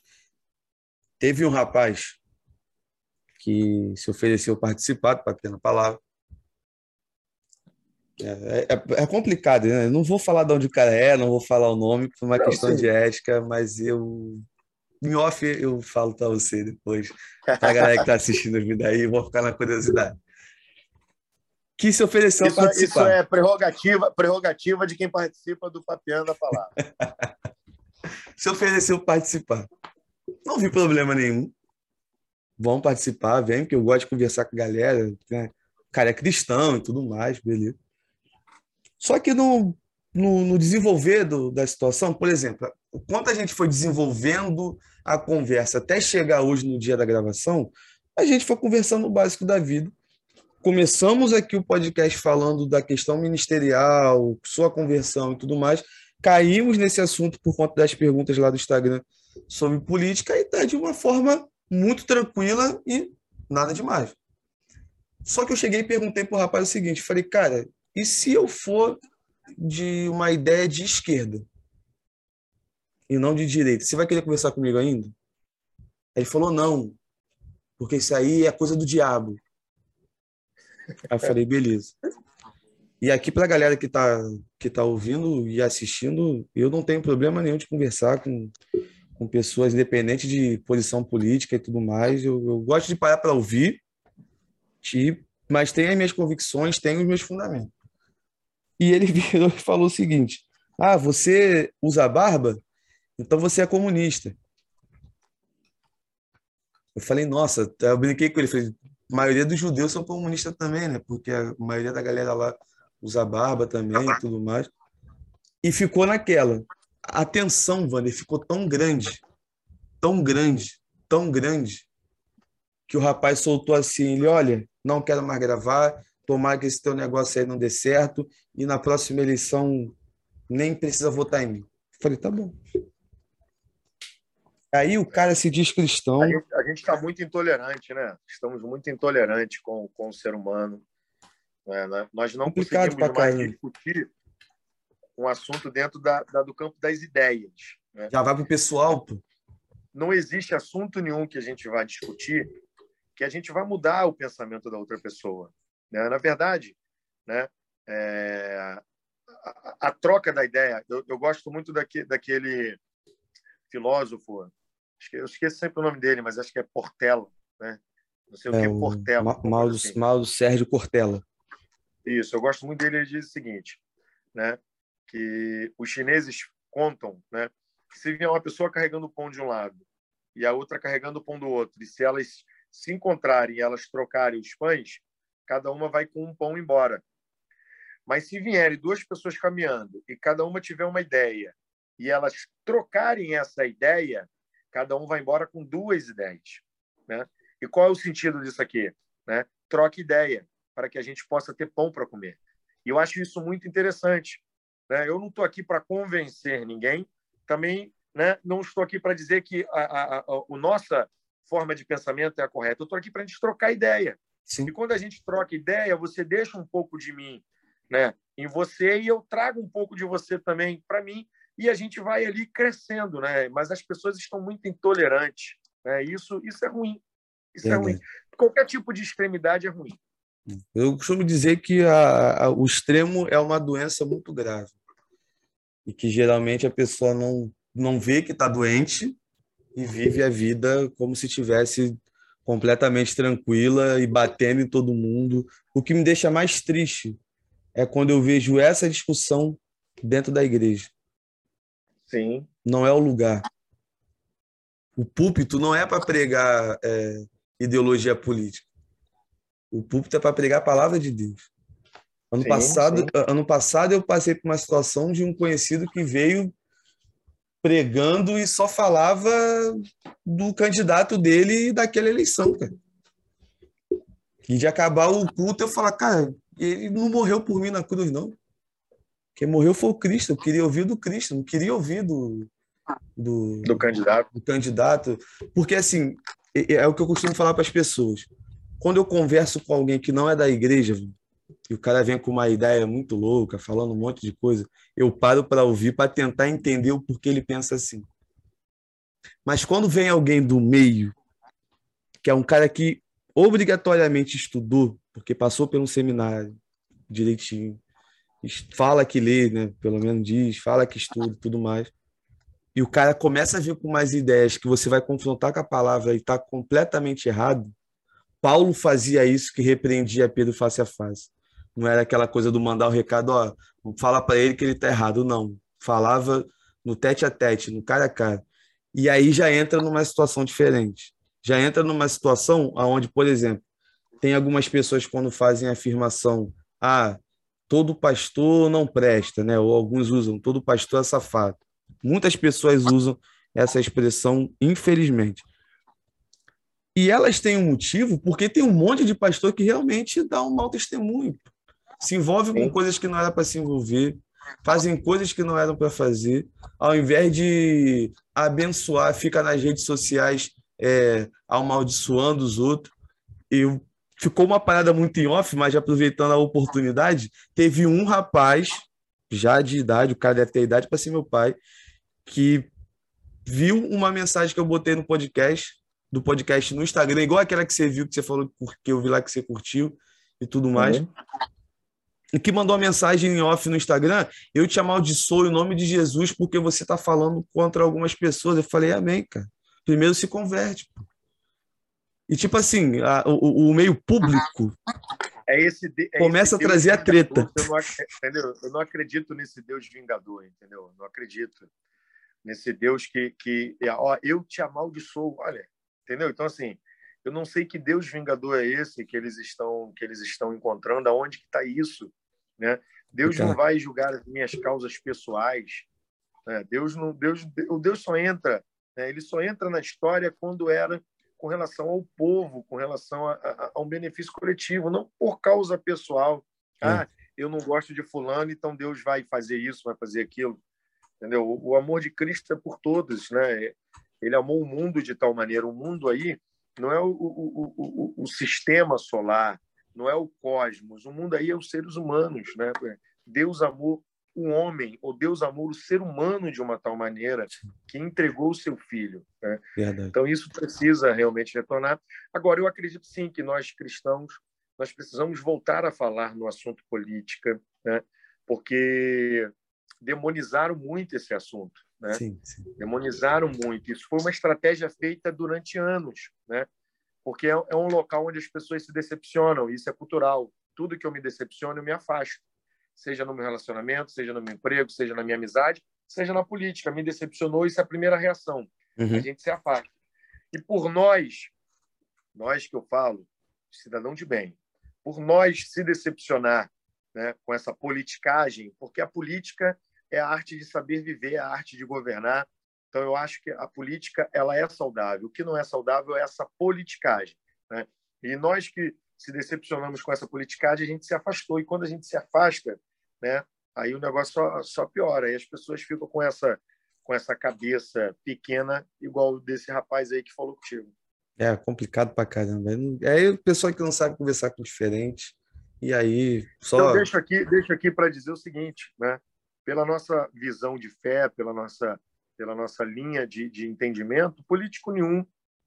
Teve um rapaz que se ofereceu participar do Papel na Palavra. É, é, é complicado, né? Eu não vou falar de onde o cara é, não vou falar o nome, por uma Não, questão sim. de ética, mas eu, em off, eu falo para você depois, para a galera que está assistindo o vídeo aí, eu vou ficar na curiosidade. Que se ofereceu isso, a participar. Isso é prerrogativa, prerrogativa de quem participa do Papeando da Palavra. Se ofereceu participar. Não vi problema nenhum. Vão participar, vem, porque eu gosto de conversar com a galera, né? O cara é cristão e tudo mais, beleza. Só que no, no, no desenvolver do, da situação, por exemplo, quanto a gente foi desenvolvendo a conversa até chegar hoje no dia da gravação, a gente foi conversando o básico da vida. Começamos aqui o podcast falando da questão ministerial, sua conversão e tudo mais. Caímos nesse assunto por conta das perguntas lá do Instagram sobre política e está de uma forma muito tranquila e nada demais. Só que eu cheguei e perguntei para o rapaz o seguinte, falei, cara, e se eu for de uma ideia de esquerda e não de direita, você vai querer conversar comigo ainda? Ele falou, não, porque isso aí é coisa do diabo. Aí eu falei, beleza. E aqui para a galera que está que tá ouvindo e assistindo, eu não tenho problema nenhum de conversar com, com pessoas independentes de posição política e tudo mais. Eu, eu gosto de parar para ouvir, e, mas tenho as minhas convicções, tenho os meus fundamentos. E ele virou e falou o seguinte, ah, você usa barba? Então você é comunista. Eu falei, nossa, eu brinquei com ele, falei, a maioria dos judeus são comunistas também, né? Porque a maioria da galera lá usa barba também e tudo mais. E ficou naquela. a tensão, Wander, ficou tão grande, tão grande, tão grande, que o rapaz soltou assim, ele, olha, não quero mais gravar, tomara que esse teu negócio aí não dê certo, e na próxima eleição nem precisa votar em mim. Eu falei, tá bom. Aí o cara se diz A cristão. gente a gente está muito intolerante, né? Estamos muito intolerantes com, com o ser humano. Né? Nós não Complicado conseguimos pra mais caramba. discutir um assunto dentro da, da, do campo das ideias. Né? Já vai pro pessoal, pô. Não existe assunto nenhum que a gente vai discutir que a gente vai mudar o pensamento da outra pessoa. Né? Na verdade, né? É, a, a troca da ideia... Eu, eu gosto muito daque, daquele filósofo, eu esqueço sempre o nome dele, mas acho que é Portela, né? Não sei o É que, o Portela, Ma- alguma coisa Mauro, assim. Mauro Sérgio Cortella. Isso, eu gosto muito dele, ele diz o seguinte, né? Que os chineses contam, né? Que se vier uma pessoa carregando o pão de um lado e a outra carregando o pão do outro, e se elas se encontrarem e elas trocarem os pães, cada uma vai com um pão embora. Mas se vierem duas pessoas caminhando e cada uma tiver uma ideia e elas trocarem essa ideia, cada um vai embora com duas ideias. Né? E qual é o sentido disso aqui? Né? Troca ideia, para que a gente possa ter pão para comer. E eu acho isso muito interessante. Né? Eu não estou aqui para convencer ninguém, também, né, não estou aqui para dizer que a, a, a, a nossa forma de pensamento é a correta. Eu estou aqui para a gente trocar ideia. Sim. E quando a gente troca ideia, você deixa um pouco de mim, né, em você, e eu trago um pouco de você também para mim, e a gente vai ali crescendo, né? Mas as pessoas estão muito intolerantes, né? Isso, isso é ruim. Isso é ruim. Verdade. Qualquer tipo de extremidade é ruim. Eu costumo dizer que a, a, o extremo é uma doença muito grave e que geralmente a pessoa não, não vê que está doente e vive a vida como se tivesse completamente tranquila e batendo em todo mundo. O que me deixa mais triste é quando eu vejo essa discussão dentro da igreja. Sim. Não é o lugar. O púlpito não é para pregar é, ideologia política. O púlpito é para pregar a palavra de Deus. Ano Sim, passado, sim. ano passado eu passei por uma situação de um conhecido que veio pregando e só falava do candidato dele e daquela eleição, cara. E de acabar o culto, eu falar, cara, ele não morreu por mim na cruz, não. Quem morreu foi o Cristo. Eu queria ouvir do Cristo, não queria ouvir do, do, Do candidato. do candidato. Porque, assim, é, é o que eu costumo falar para as pessoas. Quando eu converso com alguém que não é da igreja, e o cara vem com uma ideia muito louca, falando um monte de coisa, eu paro para ouvir, para tentar entender o porquê ele pensa assim. Mas quando vem alguém do meio, que é um cara que obrigatoriamente estudou, porque passou por um seminário direitinho, fala que lê, né? Pelo menos diz, fala que estuda e tudo mais, e o cara começa a vir com mais ideias que você vai confrontar com a palavra e está completamente errado. Paulo fazia isso, que repreendia Pedro face a face. Não era aquela coisa do mandar o recado, ó, fala para ele que ele está errado, não. Falava no tete a tete, no cara a cara. E aí já entra numa situação diferente. Já entra numa situação onde, por exemplo, tem algumas pessoas quando fazem a afirmação, ah, todo pastor não presta, né? Ou alguns usam, todo pastor é safado. Muitas pessoas usam essa expressão, infelizmente. E elas têm um motivo, porque tem um monte de pastor que realmente dá um mau testemunho. Se envolve com Sim. coisas que não era para se envolver, fazem coisas que não eram para fazer, ao invés de abençoar, fica nas redes sociais é, amaldiçoando os outros. E ficou uma parada muito em off, mas aproveitando a oportunidade, teve um rapaz, já de idade, o cara deve ter idade para ser meu pai, que viu uma mensagem que eu botei no podcast, do podcast no Instagram, igual aquela que você viu, que você falou que eu vi lá que você curtiu e tudo mais. Uhum. E que mandou uma mensagem em off no Instagram, eu te amaldiçoo em nome de Jesus porque você está falando contra algumas pessoas. Eu falei, amém, cara. Primeiro se converte. Pô. E tipo assim, a, o, o meio público É esse, é começa esse a Deus trazer a treta. Eu não, entendeu? Eu não acredito nesse Deus vingador, entendeu? Eu não acredito nesse Deus que, que ó, eu te amaldiçoo, olha, entendeu? Então, assim, eu não sei que Deus vingador é esse que eles estão, que eles estão encontrando, aonde que está isso, né? Deus não vai julgar as minhas causas pessoais, né? Deus não, Deus, o Deus só entra, né? Ele só entra na história quando era com relação ao povo, com relação a, a, a um benefício coletivo, não por causa pessoal. É, Ah, eu não gosto de fulano, então Deus vai fazer isso, vai fazer aquilo. Entendeu? O, o amor de Cristo é por todos, né? Ele amou o mundo de tal maneira. O mundo aí não é o, o, o, o, o sistema solar, não é o cosmos. O mundo aí é os seres humanos, né? Deus amou o homem, ou Deus amou o ser humano de uma tal maneira que entregou o seu filho, né? verdade. Então, isso precisa realmente retornar. Agora, eu acredito sim que nós cristãos nós precisamos voltar a falar no assunto política, né? Porque demonizaram muito esse assunto, né? Sim, sim. Demonizaram muito. Isso foi uma estratégia feita durante anos, né? Porque é um local onde as pessoas se decepcionam, isso é cultural. Tudo que eu me decepciono, eu me afasto. Seja no meu relacionamento, seja no meu emprego, seja na minha amizade, seja na política. Me decepcionou, isso é a primeira reação. Uhum. A gente se afasta. E por nós, nós que eu falo, cidadão de bem, por nós se decepcionar, né, com essa politicagem, porque a política é a arte de saber viver, é a arte de governar. Então, eu acho que a política ela é saudável. O que não é saudável é essa politicagem, né? E nós que se decepcionamos com essa politicagem, a gente se afastou. E quando a gente se afasta, né, aí o negócio só, só piora. Aí as pessoas ficam com essa, com essa cabeça pequena, igual desse rapaz aí que falou contigo. É complicado pra caramba. É o pessoal que não sabe conversar com diferente. E aí, Então, só. deixo aqui, deixo aqui para dizer o seguinte, né? Pela nossa visão de fé, pela nossa, pela nossa linha de, de entendimento, político nenhum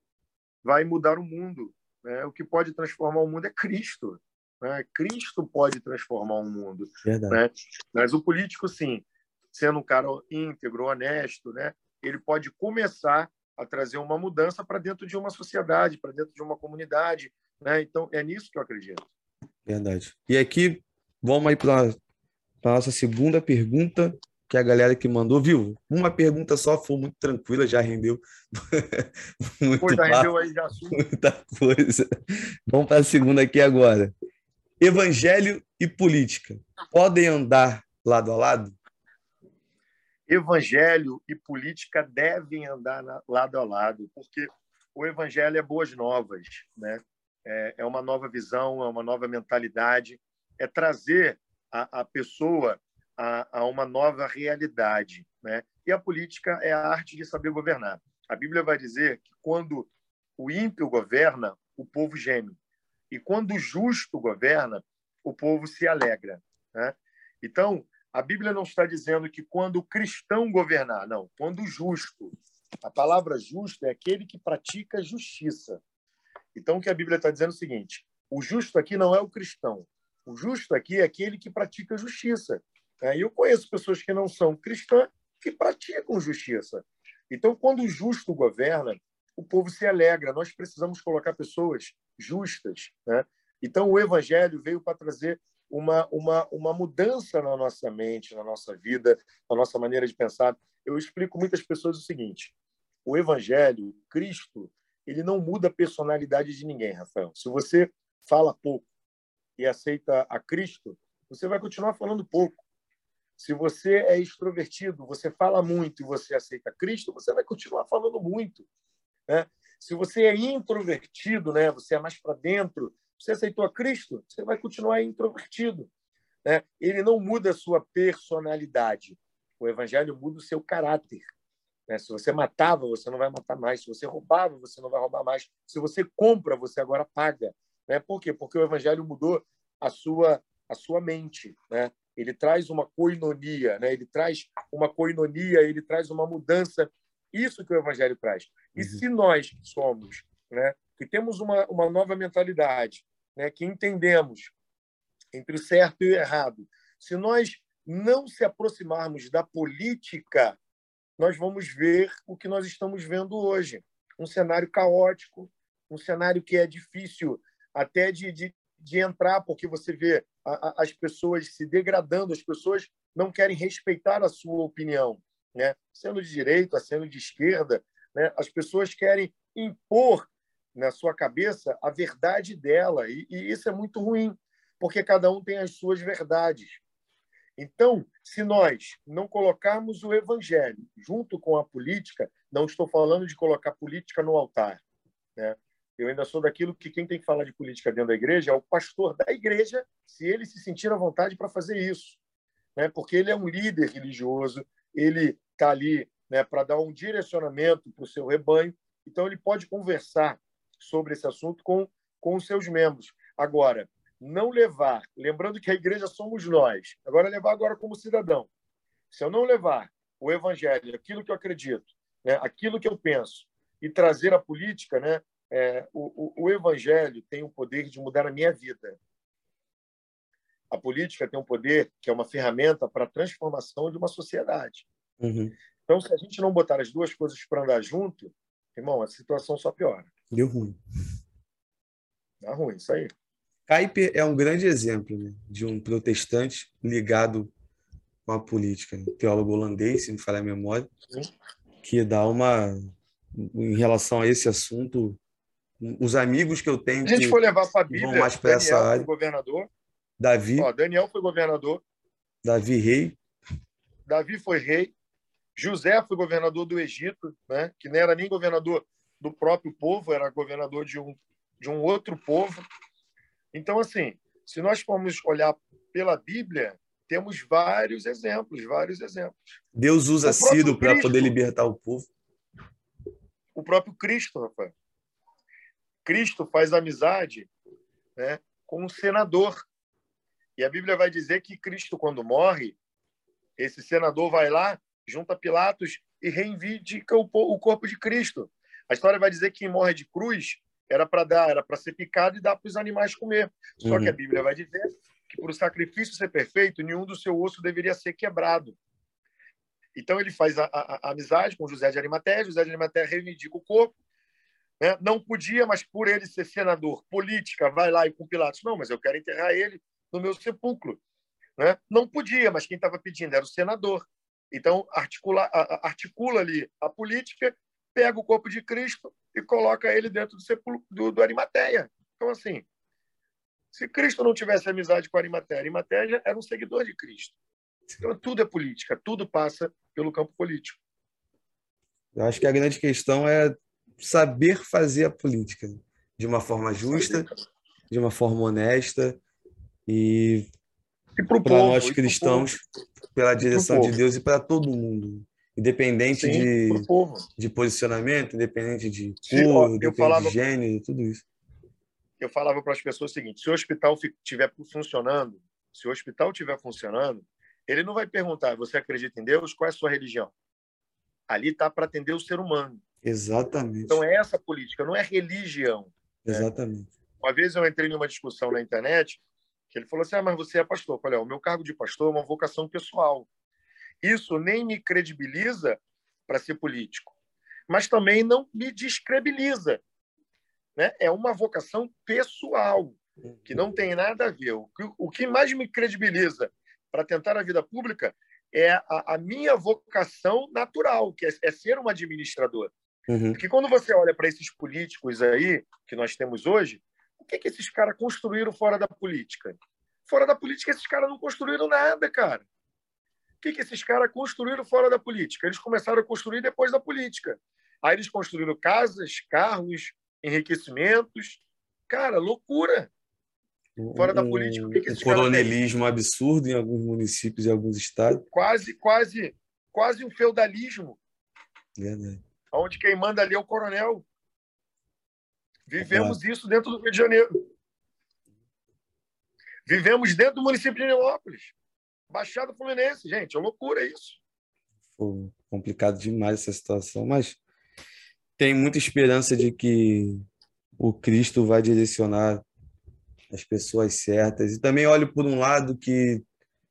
vai mudar o mundo, né? O que pode transformar o mundo é Cristo, né? Cristo pode transformar o mundo, Verdade. né? Mas o político, sim, sendo um cara íntegro, honesto, né? Ele pode começar a trazer uma mudança para dentro de uma sociedade, para dentro de uma comunidade, né? Então, é nisso que eu acredito. Verdade. E aqui, vamos aí para a nossa segunda pergunta, que a galera que mandou, viu? Uma pergunta só, foi muito tranquila, já rendeu Pô, muito já rendeu papo, aí de assunto. muita coisa. Vamos para a segunda aqui agora. Evangelho e política podem andar lado a lado? Evangelho e política devem andar lado a lado, porque o evangelho é boas novas, né? É, é uma nova visão, é uma nova mentalidade, é trazer a, a pessoa a, a uma nova realidade, né? E a política é a arte de saber governar. A Bíblia vai dizer que quando o ímpio governa, o povo geme. E quando o justo governa, o povo se alegra, né? Então, a Bíblia não está dizendo que quando o cristão governar, não, quando o justo. A palavra justo é aquele que pratica justiça. Então, o que a Bíblia está dizendo é o seguinte: o justo aqui não é o cristão. O justo aqui é aquele que pratica justiça. E eu conheço pessoas que não são cristãs que praticam justiça. Então, quando o justo governa, o povo se alegra. Nós precisamos colocar pessoas justas, né? Então, o evangelho veio para trazer uma, uma, uma mudança na nossa mente, na nossa vida, na nossa maneira de pensar. Eu explico muitas pessoas o seguinte: o evangelho, Cristo, ele não muda a personalidade de ninguém, Rafael. Se você fala pouco e aceita a Cristo, você vai continuar falando pouco. Se você é extrovertido, você fala muito e você aceita Cristo, você vai continuar falando muito, né? Se você é introvertido, né, você é mais para dentro, você aceitou a Cristo, você vai continuar introvertido, né? Ele não muda a sua personalidade. O evangelho muda o seu caráter, né? Se você matava, você não vai matar mais. Se você roubava, você não vai roubar mais. Se você compra, você agora paga, né? Por quê? Porque o evangelho mudou a sua a sua mente, né? Ele traz uma koinonia, né? Ele traz uma koinonia, ele traz uma mudança. Isso que o evangelho traz. E Uhum. se nós que somos, né, que temos uma, uma nova mentalidade, né, que entendemos entre o certo e o errado, se nós não se aproximarmos da política, nós vamos ver o que nós estamos vendo hoje. Um cenário caótico, um cenário que é difícil até de, de, de entrar, porque você vê a, a, as pessoas se degradando, as pessoas não querem respeitar a sua opinião, né? Sendo de direita, sendo de esquerda, né? As pessoas querem impor na sua cabeça a verdade dela, e, e isso é muito ruim, porque cada um tem as suas verdades. Então, se nós não colocarmos o evangelho junto com a política, não estou falando de colocar política no altar, né? Eu ainda sou daquilo que quem tem que falar de política dentro da igreja é o pastor da igreja, se ele se sentir à vontade para fazer isso, né? Porque ele é um líder religioso, ele está ali, né, para dar um direcionamento para o seu rebanho, então ele pode conversar sobre esse assunto com, com os seus membros. Agora, não levar, lembrando que a igreja somos nós, agora levar agora como cidadão. Se eu não levar o evangelho, aquilo que eu acredito, né, aquilo que eu penso, e trazer a política, né, é, o, o, o evangelho tem o poder de mudar a minha vida. A política tem um poder que é uma ferramenta para a transformação de uma sociedade. Uhum. Então, se a gente não botar as duas coisas para andar junto, irmão, a situação só piora. Deu ruim. Dá ruim, isso aí. Kuyper é um grande exemplo, né, de um protestante ligado com a política, né? Teólogo holandês, se me falha a memória, Sim. que dá uma... Em relação a esse assunto, os amigos que eu tenho Se a gente que, for levar para a que vão Bíblia, mais para essa Daniel foi área, governador. Davi, Ó, Daniel foi governador. Davi rei, Davi foi rei. José foi governador do Egito, né? Que não era nem governador do próprio povo, era governador de um, de um outro povo. Então, assim, se nós formos olhar pela Bíblia, temos vários exemplos, vários exemplos. Deus usa O próprio Ciro para poder Cristo, libertar o povo. o próprio Cristo, rapaz. Cristo faz amizade, né, com um senador. E a Bíblia vai dizer que Cristo, quando morre, esse senador vai lá, junta Pilatos e reivindica o, o corpo de Cristo. A história vai dizer que quem morre de cruz era para dar, era para ser picado e dar para os animais comer. Só Uhum. que a Bíblia vai dizer que, por o sacrifício ser perfeito, nenhum do seu osso deveria ser quebrado. Então, ele faz a, a, a amizade com José de Arimateia. José de Arimateia reivindica o corpo. Né? Não podia, mas por ele ser senador, política, vai lá e com Pilatos, não, mas eu quero enterrar ele no meu sepulcro. Né? Não podia, mas quem estava pedindo era o senador. Então, articula, articula ali a política, pega o corpo de Cristo e coloca ele dentro do sepulcro do, do Arimateia. Então, assim, se Cristo não tivesse amizade com Arimateia, Arimateia era um seguidor de Cristo. Então, tudo é política, tudo passa pelo campo político. Eu acho que a grande questão é saber fazer a política de uma forma justa, de uma forma honesta e, e para nós cristãos, pela direção de Deus e para todo mundo, independente Sim, de, de posicionamento, independente de se, cor, ó, independente falava, de gênero, tudo isso. Eu falava para as pessoas o seguinte: se o hospital estiver funcionando, se o hospital estiver funcionando, ele não vai perguntar: você acredita em Deus? Qual é a sua religião? Ali está para atender o ser humano. Exatamente. Então é essa política, não é religião. Exatamente. Né? Uma vez eu entrei numa discussão na internet que ele falou assim: ah, mas você é pastor. Eu falei: o meu cargo de pastor é uma vocação pessoal. Isso nem me credibiliza para ser político, mas também não me descredibiliza. Né? É uma vocação pessoal, que não tem nada a ver. O que, o que mais me credibiliza para tentar a vida pública é a, a minha vocação natural, que é, é ser um administrador. Uhum. Porque quando você olha para esses políticos aí que nós temos hoje, o que, que esses caras construíram fora da política? Fora da política, esses caras não construíram nada, cara. O que, que esses caras construíram fora da política? Eles começaram a construir depois da política. Aí eles construíram casas, carros, enriquecimentos. Cara, loucura. Fora um, da política, o que, que um esses caras têm? coronelismo absurdo em alguns municípios e alguns estados. Quase, quase, quase um feudalismo. Verdade. Onde quem manda ali é o coronel. Vivemos isso dentro do Rio de Janeiro. Vivemos dentro do município de Nilópolis. Baixada Fluminense, gente, é loucura isso. Foi complicado demais essa situação, mas tem muita esperança de que o Cristo vai direcionar as pessoas certas. E também olho por um lado que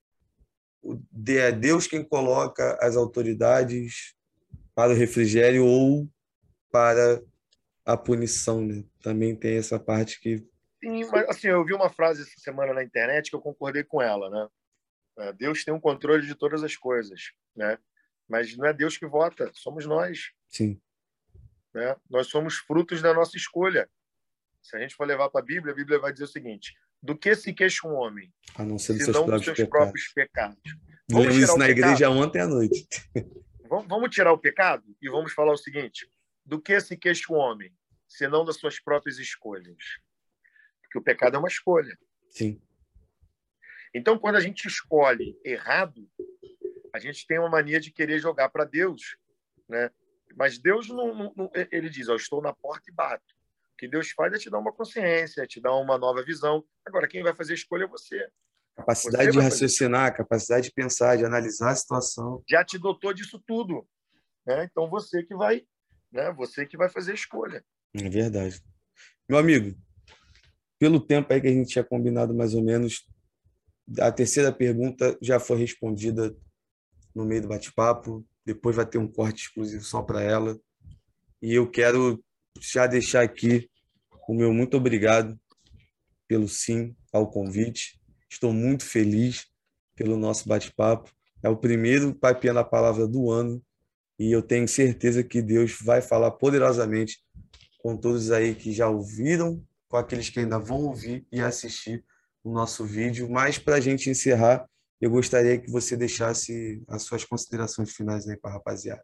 é Deus quem coloca as autoridades para o refrigério ou para a punição, né? Também tem essa parte que... Sim, mas assim, eu vi uma frase essa semana na internet que eu concordei com ela, né? Deus tem um controle de todas as coisas, né? Mas não é Deus que vota, somos nós. Sim. Né? Nós somos frutos da nossa escolha. Se a gente for levar para a Bíblia, a Bíblia vai dizer o seguinte: do que se queixa um homem, A não ser dos se seus não dos próprios seus pecados. próprios pecados? Vamos Lemos tirar isso o na pecado? igreja ontem à noite. Vamos, vamos tirar o pecado e vamos falar o seguinte: do que se queixa um homem, se não das suas próprias escolhas? Porque o pecado é uma escolha. Sim. Então, quando a gente escolhe errado, a gente tem uma mania de querer jogar para Deus, né? Mas Deus não, não, não, ele diz: eu estou na porta e bato. O que Deus faz é te dar uma consciência, é te dar uma nova visão. Agora, quem vai fazer a escolha é você. Capacidade Você de vai fazer. raciocinar, capacidade de pensar, de analisar a situação. Já te dotou disso tudo, né? Então você que vai, né? Você que vai fazer a escolha. É verdade. Meu amigo, pelo tempo aí que a gente tinha combinado mais ou menos, a terceira pergunta já foi respondida no meio do bate-papo. Depois vai ter um corte exclusivo só para ela. E eu quero já deixar aqui o meu muito obrigado pelo sim ao convite. Estou muito feliz pelo nosso bate-papo. É o primeiro Papeando a Palavra do ano e eu tenho certeza que Deus vai falar poderosamente com todos aí que já ouviram, com aqueles que ainda vão ouvir e assistir o nosso vídeo. Mas para a gente encerrar, eu gostaria que você deixasse as suas considerações finais aí para a rapaziada.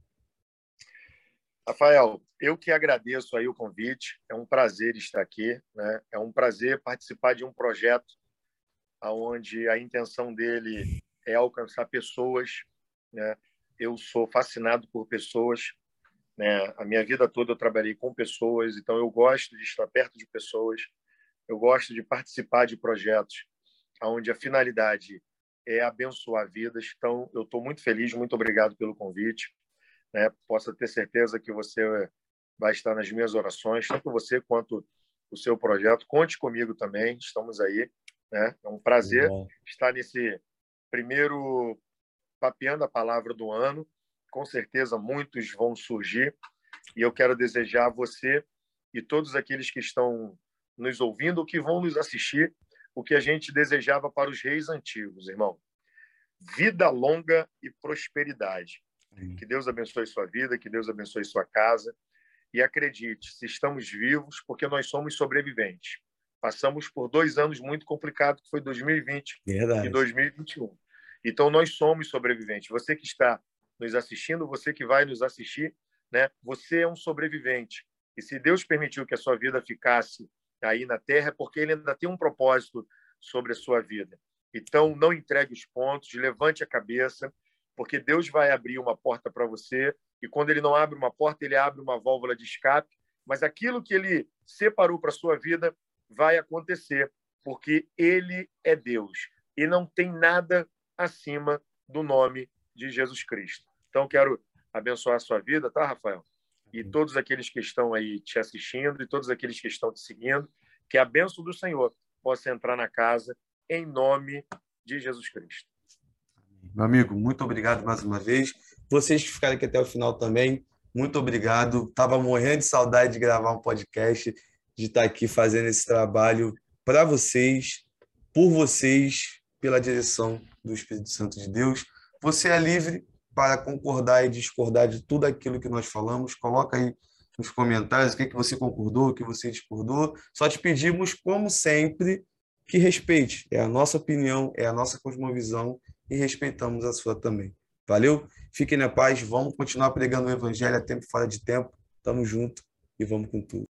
Rafael, eu que agradeço aí o convite. É um prazer estar aqui, né? É um prazer participar de um projeto onde a intenção dele é alcançar pessoas, né? Eu sou fascinado por pessoas, né? A minha vida toda eu trabalhei com pessoas, então eu gosto de estar perto de pessoas. Eu gosto de participar de projetos onde a finalidade é abençoar vidas. Então, eu estou muito feliz, muito obrigado pelo convite. Né? Possa ter certeza que você vai estar nas minhas orações, tanto você quanto o seu projeto. Conte comigo também, estamos aí. Né? É um prazer Bom. estar nesse primeiro Papeando a Palavra do ano. Com certeza, muitos vão surgir. E eu quero desejar a você e todos aqueles que estão nos ouvindo ou que vão nos assistir o que a gente desejava para os reis antigos, irmão. Vida longa e prosperidade. Que Deus abençoe sua vida, que Deus abençoe sua casa. E acredite, se estamos vivos, porque nós somos sobreviventes. Passamos por dois anos muito complicados, que foi dois mil e vinte Verdade. e dois mil e vinte e um. Então, nós somos sobreviventes. Você que está nos assistindo, você que vai nos assistir, né? Você é um sobrevivente. E se Deus permitiu que a sua vida ficasse aí na Terra, é porque Ele ainda tem um propósito sobre a sua vida. Então, não entregue os pontos, levante a cabeça, porque Deus vai abrir uma porta para você, e quando Ele não abre uma porta, Ele abre uma válvula de escape, mas aquilo que Ele separou para a sua vida vai acontecer, porque Ele é Deus, e não tem nada acima do nome de Jesus Cristo. Então, quero abençoar a sua vida, tá, Rafael? E todos aqueles que estão aí te assistindo e todos aqueles que estão te seguindo, que a bênção do Senhor possa entrar na casa em nome de Jesus Cristo. Meu amigo, muito obrigado mais uma vez. Vocês que ficaram aqui até o final também, muito obrigado. Estava morrendo de saudade de gravar um podcast, de estar aqui fazendo esse trabalho para vocês, por vocês, pela direção do Espírito Santo de Deus. Você é livre para concordar e discordar de tudo aquilo que nós falamos. Coloca aí nos comentários o que, que você concordou, o que você discordou. Só te pedimos, como sempre, que respeite. É a nossa opinião, é a nossa cosmovisão e respeitamos a sua também. Valeu? Fiquem na paz. Vamos continuar pregando o evangelho a tempo e fora de tempo. Tamo junto e vamos com tudo.